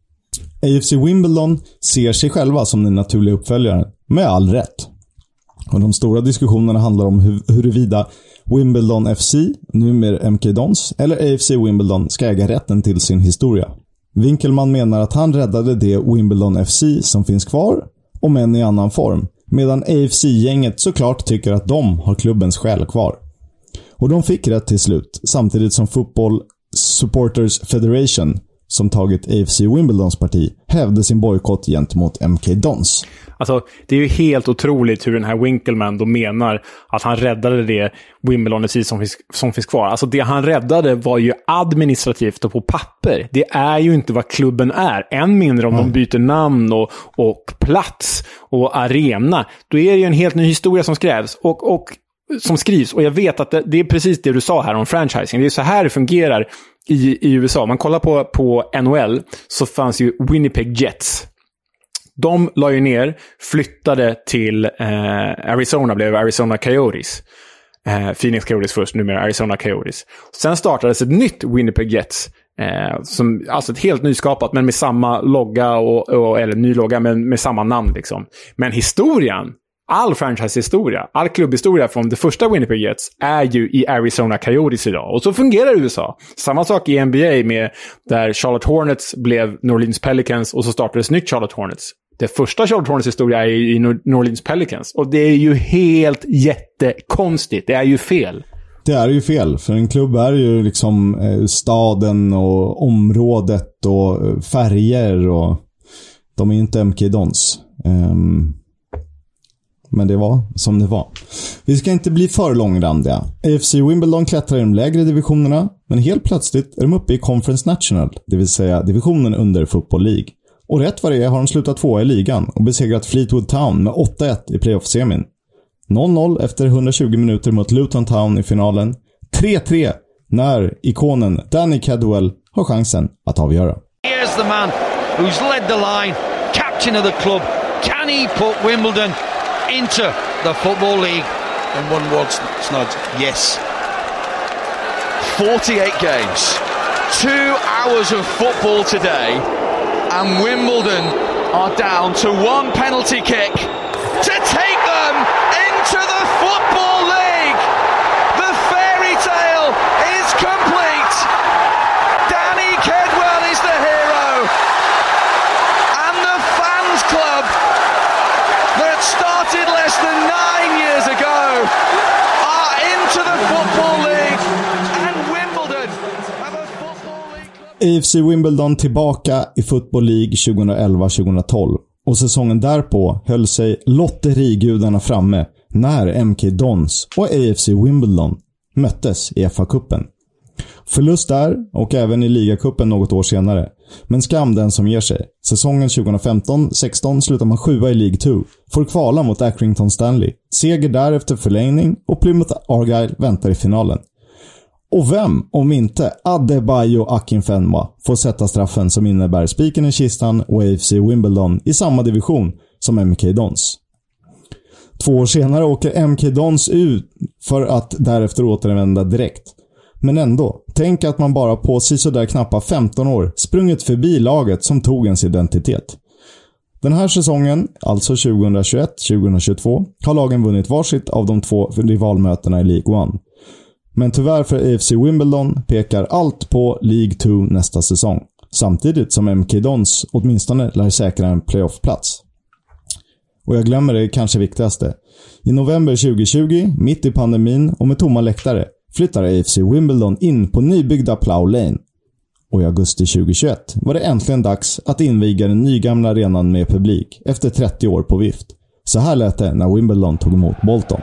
A F C Wimbledon ser sig själva som den naturliga uppföljaren, med all rätt. Och de stora diskussionerna handlar om hur, huruvida Wimbledon F C, numera M K Dons, eller A F C Wimbledon ska äga rätten till sin historia. Winkelman menar att han räddade det Wimbledon F C som finns kvar, om än i annan form, medan A F C-gänget såklart tycker att de har klubbens själ kvar. Och de fick rätt till slut, samtidigt som Football Supporters Federation, som tagit A F C Wimbledons parti, hävde sin bojkott gentemot M K Dons. Alltså, det är ju helt otroligt hur den här Winkelman då menar att han räddade det Wimbledon F C som finns, som finns kvar. Alltså det han räddade var ju administrativt och på papper. Det är ju inte vad klubben är. Än mindre om mm. de byter namn och, och plats och arena. Då är det ju en helt ny historia som skrevs. Och, och som skrivs. Och jag vet att det, det är precis det du sa här om franchising. Det är så här det fungerar i, i U S A. Man kollar på, på N H L så fanns ju Winnipeg Jets. De la ju ner, flyttade till eh, Arizona, blev Arizona Coyotes. Eh, Phoenix Coyotes först, numera Arizona Coyotes. Sen startades ett nytt Winnipeg Jets. Eh, som, alltså ett helt nyskapat, men med samma logga, och, och, eller ny logga, men med samma namn liksom. Men historien, all franchise-historia, all klubbhistoria från det första Winnipeg Jets är ju i Arizona Coyotes idag. Och så fungerar U S A. Samma sak i N B A med där Charlotte Hornets blev New Orleans Pelicans och så startades nytt Charlotte Hornets. Det första Charlotte Hornets historia är i New Orleans Pelicans. Och det är ju helt jättekonstigt. Det är ju fel. Det är ju fel, för en klubb är ju liksom eh, staden och området och färger, och de är ju inte M K Dons. Um, men det var som det var. Vi ska inte bli för långrandiga. A F C Wimbledon klättrar i de lägre divisionerna, men helt plötsligt är de uppe i Conference National, det vill säga divisionen under Football League. Och rätt vad det är har de slutat tvåa i ligan och besegrat Fleetwood Town med åtta ett i playoff-semin. noll noll efter etthundratjugo minuter mot Luton Town i finalen. tre tre när ikonen Danny Cadwell har chansen att avgöra. Here's the man who's led the line, captain of the club. Can he put Wimbledon into the Football League? And one word, Snods, yes. forty-eight games, two hours of football today, and Wimbledon are down to one penalty kick to take them into the Football League. The fairy tale is complete. Danny Cadwell is the hero, and the fans club that started less than nine years ago are into the Football League, and Wimbledon have a Football League club. A F C Wimbledon tillbaka i Football League tjugoelva tjugotolv. Och säsongen därpå höll sig lotterigudarna framme när M K Dons och A F C Wimbledon möttes i F A-cupen. Förlust där och även i ligacupen något år senare. Men skam den som ger sig. Säsongen tjugofemton sexton slutar man sjua i League två. Får kvala mot Accrington Stanley. Seger därefter förlängning och Plymouth Argyle väntar i finalen. Och vem, om inte Adebayo Akinfenwa, får sätta straffen som innebär spiken i kistan och A F C Wimbledon i samma division som M K Dons. Två år senare åker M K Dons ut för att därefter återvända direkt. Men ändå, tänk att man bara på sisådär knappa femton år sprungit förbi laget som tog ens identitet. Den här säsongen, alltså tjugohundratjugoett tjugohundratjugotvå, har lagen vunnit varsitt av de två rivalmötena i League ett. Men tyvärr för A F C Wimbledon pekar allt på League två nästa säsong. Samtidigt som M K Dons åtminstone lär säkra en playoff-plats. Och jag glömmer det kanske viktigaste. I november tjugotjugo, mitt i pandemin och med tomma läktare, flyttar A F C Wimbledon in på nybyggda Plough Lane. Och i augusti tjugotjugoett var det äntligen dags att inviga den nygamla arenan med publik efter trettio år på vift. Så här lät det när Wimbledon tog emot Bolton.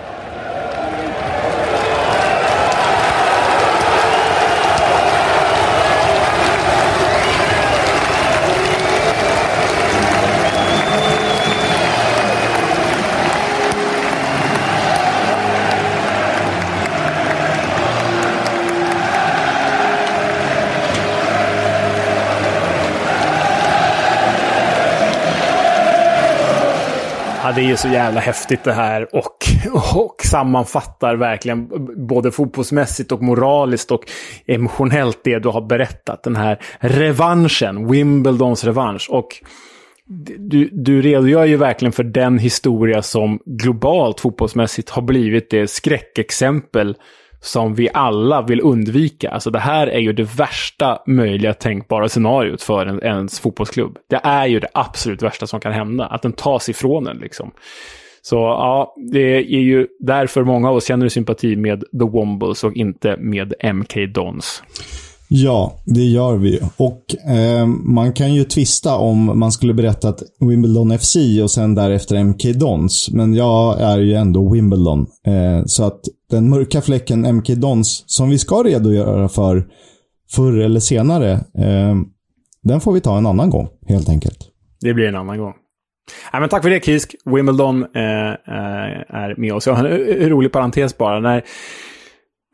Ja, det är ju så jävla häftigt det här och, och sammanfattar verkligen både fotbollsmässigt och moraliskt och emotionellt det du har berättat. Den här revanschen, Wimbledons revansch. Och du, du redogör ju verkligen för den historia som globalt fotbollsmässigt har blivit det skräckexempel som vi alla vill undvika. Alltså det här är ju det värsta möjliga tänkbara scenariot för en, ens fotbollsklubb. Det är ju det absolut värsta som kan hända. Att den tas ifrån en liksom. Så ja, det är ju därför många av oss känner sympati med The Wombles och inte med M K Dons. Ja, det gör vi. Och eh, man kan ju twista om man skulle berätta att Wimbledon F C och sen därefter M K Dons. Men jag är ju ändå Wimbledon. Eh, så att den mörka fläcken M K Dons som vi ska redogöra för förr eller senare, eh, den får vi ta en annan gång helt enkelt. Det blir en annan gång. Ja, men tack för det, Kisk. Wimbledon eh, är med oss. Jag har en rolig parentes bara. När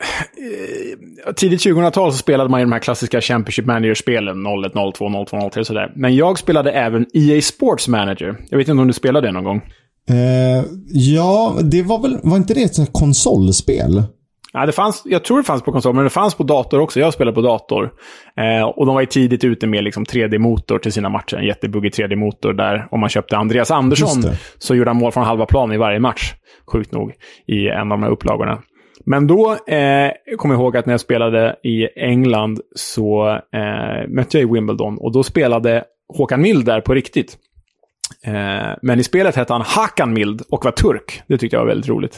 tidigt tjugohundratal så spelade man ju de här klassiska Championship Manager-spelen noll ett, noll två, noll två, noll tre och sådär. Men jag spelade även E A Sports Manager. Jag vet inte om du spelade det någon gång. Eh, ja, det var väl, var inte det ett sånt här konsolspel? Ja, det fanns, jag tror det fanns på konsol, men det fanns på dator också. Jag spelade på dator. Eh, och de var ju tidigt ute med liksom tre D-motor till sina matcher. En jättebuggig tre D-motor där, om man köpte Andreas Andersson så gjorde han mål från halva plan i varje match. Sjukt nog, i en av de här upplagorna. Men då eh, kom jag ihåg att när jag spelade i England så eh, mötte jag i Wimbledon. Och då spelade Håkan Mild där på riktigt. Eh, men i spelet hette han Hakan Mild och var turk. Det tyckte jag var väldigt roligt.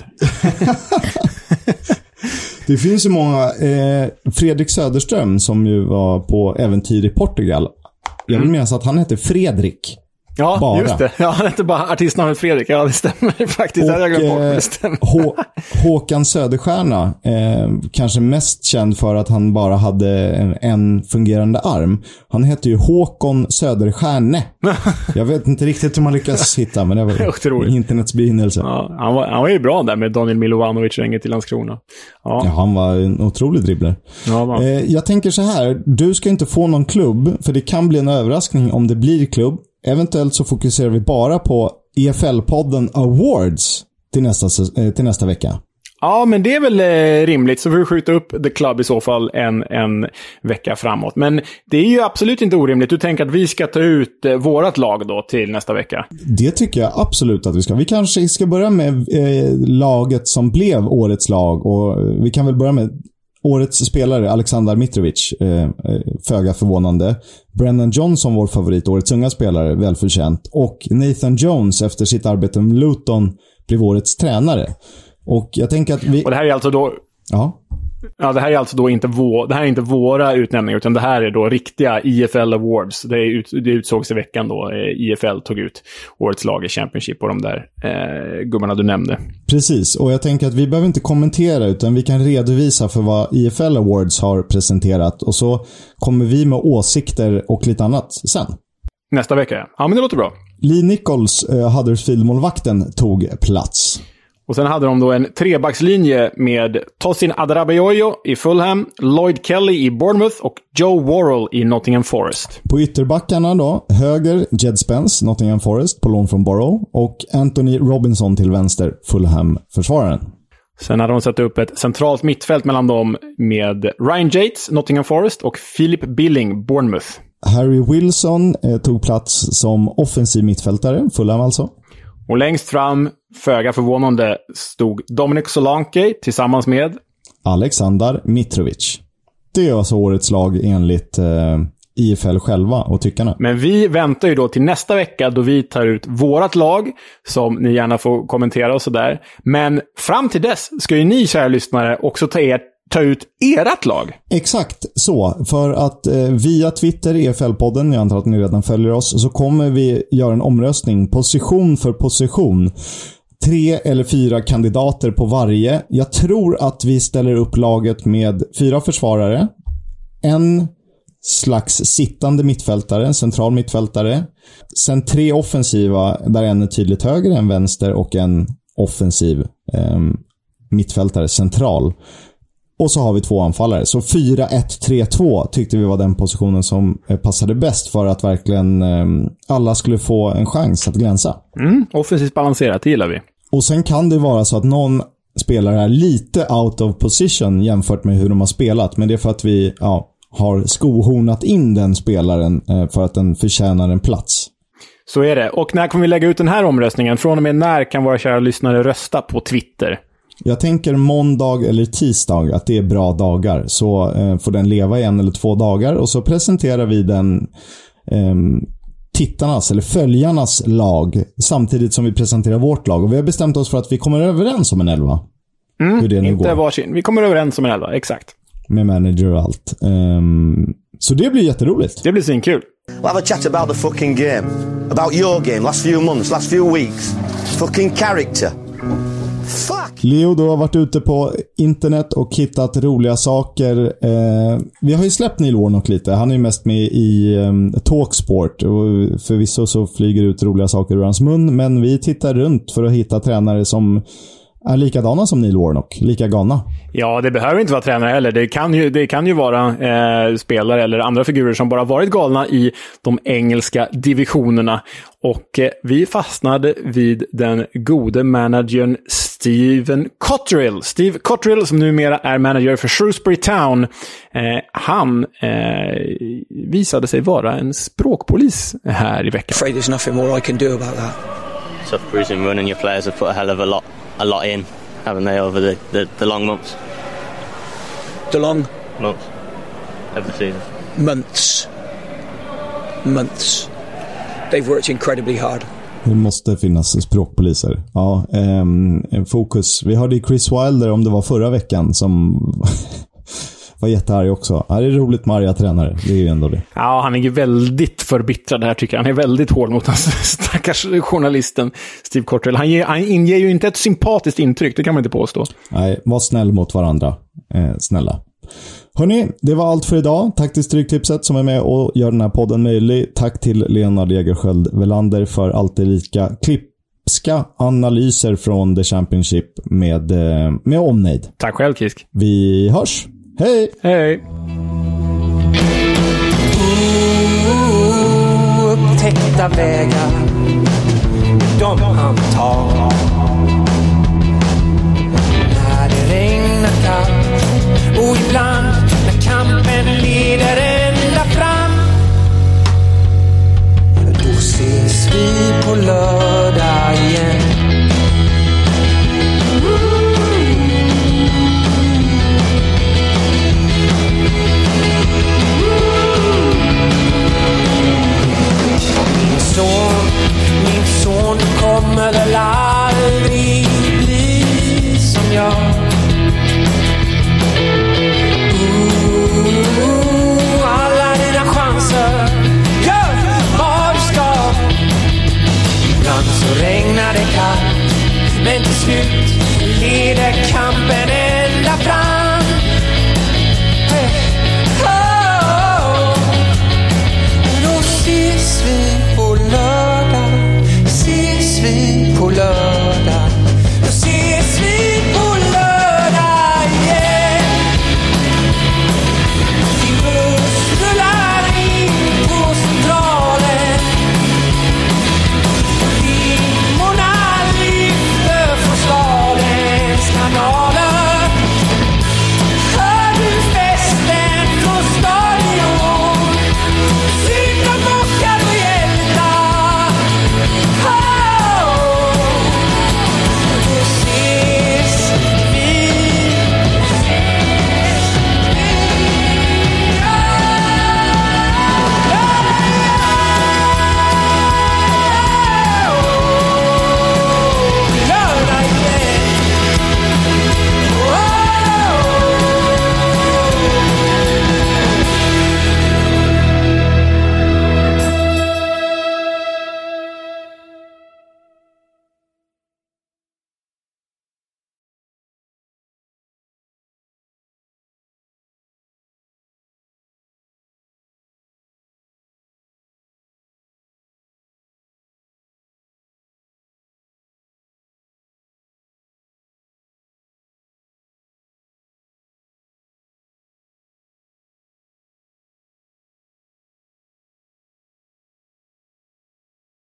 Det finns ju många. Eh, Fredrik Söderström som ju var på äventyr i Portugal. Jag vill minnas att han hette Fredrik. Ja, bara. Just det. Ja, han hette bara artistnamnet Fredrik. Ja, det stämmer faktiskt. Och, jag glömt bort, det stämmer. Hå- Håkan Söderstjärna, eh, kanske mest känd för att han bara hade en, en fungerande arm. Han heter ju Håkon Söderstjärne. Jag vet inte riktigt hur man lyckas hitta, men det var internets begynnelse. Ja, han, var, han var ju bra där med Daniel Milovanovic-ränget till Landskrona. Ja. Ja, han var en otrolig dribbler. Ja, eh, jag tänker så här, du ska inte få någon klubb, för det kan bli en överraskning om det blir klubb. Eventuellt så fokuserar vi bara på E F L-podden Awards till nästa, till nästa vecka. Ja, men det är väl eh, rimligt. Så får vi skjuta upp The Club i så fall en, en vecka framåt. Men det är ju absolut inte orimligt. Du tänker att vi ska ta ut eh, vårat lag då till nästa vecka? Det tycker jag absolut att vi ska. Vi kanske ska börja med eh, laget som blev årets lag. Och vi kan väl börja med årets spelare, Alexander Mitrovic, eh, föga förvånande. Brennan Johnson, vår favorit, årets unga spelare, välförtjänt. Och Nathan Jones, efter sitt arbete med Luton, blev årets tränare. Och jag tänker att vi... Och det här är alltså då... Ja. Ja, det här är alltså då inte, vår, det här är inte våra utnämningar, utan det här är då riktiga E F L Awards. Det, är ut, det utsågs i veckan då. E F L tog ut årets lag i Championship och de där eh, gubbarna du nämnde. Precis, och jag tänker att vi behöver inte kommentera, utan vi kan redovisa för vad E F L Awards har presenterat. Och så kommer vi med åsikter och lite annat sen. Nästa vecka, ja men det låter bra. Lee Nichols, eh, Huddersfield-målvakten, tog plats. Och sen hade de då en trebackslinje med Tosin Adarabioyo i Fulham, Lloyd Kelly i Bournemouth och Joe Worrell i Nottingham Forest. På ytterbackarna då, höger Jed Spence, Nottingham Forest, på lån från Borough, och Anthony Robinson till vänster, Fulham-försvararen. Sen hade de satt upp ett centralt mittfält mellan dem med Ryan Yates, Nottingham Forest, och Philip Billing, Bournemouth. Harry Wilson eh, tog plats som offensiv mittfältare, Fulham alltså. Och längst fram, föga förvånande, stod Dominic Solanke tillsammans med Alexander Mitrovic. Det är alltså årets lag enligt eh, I F L själva och tyckarna. Men vi väntar ju då till nästa vecka då vi tar ut vårat lag, som ni gärna får kommentera och sådär. Men fram till dess ska ju ni, kära lyssnare, också ta, er, ta ut ert lag. Exakt så, för att eh, via Twitter, E F L-podden, jag antar att ni redan följer oss, så kommer vi göra en omröstning position för position. Tre eller fyra kandidater på varje. Jag tror att vi ställer upp laget med fyra försvarare, en slags sittande mittfältare, en central mittfältare, sen tre offensiva där en är tydligt höger än vänster och en offensiv eh, mittfältare central. Och så har vi två anfallare. Så fyra ett tre två tyckte vi var den positionen som passade bäst för att verkligen eh, alla skulle få en chans att glänsa. Mm, offensivt balanserat, det gillar vi. Och sen kan det vara så att någon spelare är lite out of position jämfört med hur de har spelat. Men det är för att vi ja, har skohornat in den spelaren eh, för att den förtjänar en plats. Så är det. Och när kommer vi lägga ut den här omröstningen? Från och med när kan våra kära lyssnare rösta på Twitter? Jag tänker måndag eller tisdag att det är bra dagar. Så eh, får den leva i en eller två dagar. Och så presenterar vi den eh, tittarnas eller följarnas lag samtidigt som vi presenterar vårt lag. Och vi har bestämt oss för att vi kommer överens om en elva. Mm, hur det nu inte går. Varsin. Vi kommer överens om en elva, exakt. Med manager och allt. Um, så det blir jätteroligt. Det blir svinkul. We'll have a chat about the fucking game. About your game, last few months, last few weeks. Fucking character. Fuck! Leo då har varit ute på internet och hittat roliga saker. Eh, vi har ju släppt Neil Warnock lite. Han är ju mest med i um, Talksport. Och förvisso så flyger ut roliga saker ur hans mun. Men vi tittar runt för att hitta tränare som är likadana som Neil Warnock, lika galna. Ja, det behöver inte vara tränare heller. Det kan ju, det kan ju vara eh, spelare eller andra figurer som bara varit galna i de engelska divisionerna. Och eh, vi fastnade vid den gode managern Steven Cotterill. Steve Cotterill, som numera är manager för Shrewsbury Town. Eh, han eh, visade sig vara en språkpolis här i veckan. I'm afraid there's nothing more I can do about that. Tough bruising run and your players have put a hell of a lot, a lot in, haven't they, over the, the, the long months? The long? Months. Every season. Months. Months. They've worked incredibly hard. Det måste finnas språkpoliser. Ja, eh, fokus. Vi hörde Chris Wilder, om det var förra veckan, som var jättearg också. Ja, det är roligt med arga tränare. Det är ju ändå det. Ja, han är ju väldigt förbittrad här, tycker jag. Han är väldigt hård mot den stackars journalisten Steve Cotterill. Han, ger, han inger ju inte ett sympatiskt intryck, det kan man inte påstå. Nej, var snäll mot varandra. Eh, snälla. Hörrni, det var allt för idag. Tack till Stryktipset som är med och gör den här podden möjlig. Tack till Leonard Jägerskiöld Welander för alltid lika klippska analyser från The Championship med, med omnejd. Tack själv, Kisk. Vi hörs. Hej! Hej! Upptäckta vägar, de han tar. När det regnar kallt och ibland när kampen leder ända fram, då ses vi på lördag igen. Min son, min son, du kommer väl aldrig bli som jag. Alla dina chanser, gör vad du ska. Ibland så regnar det kallt, men till slut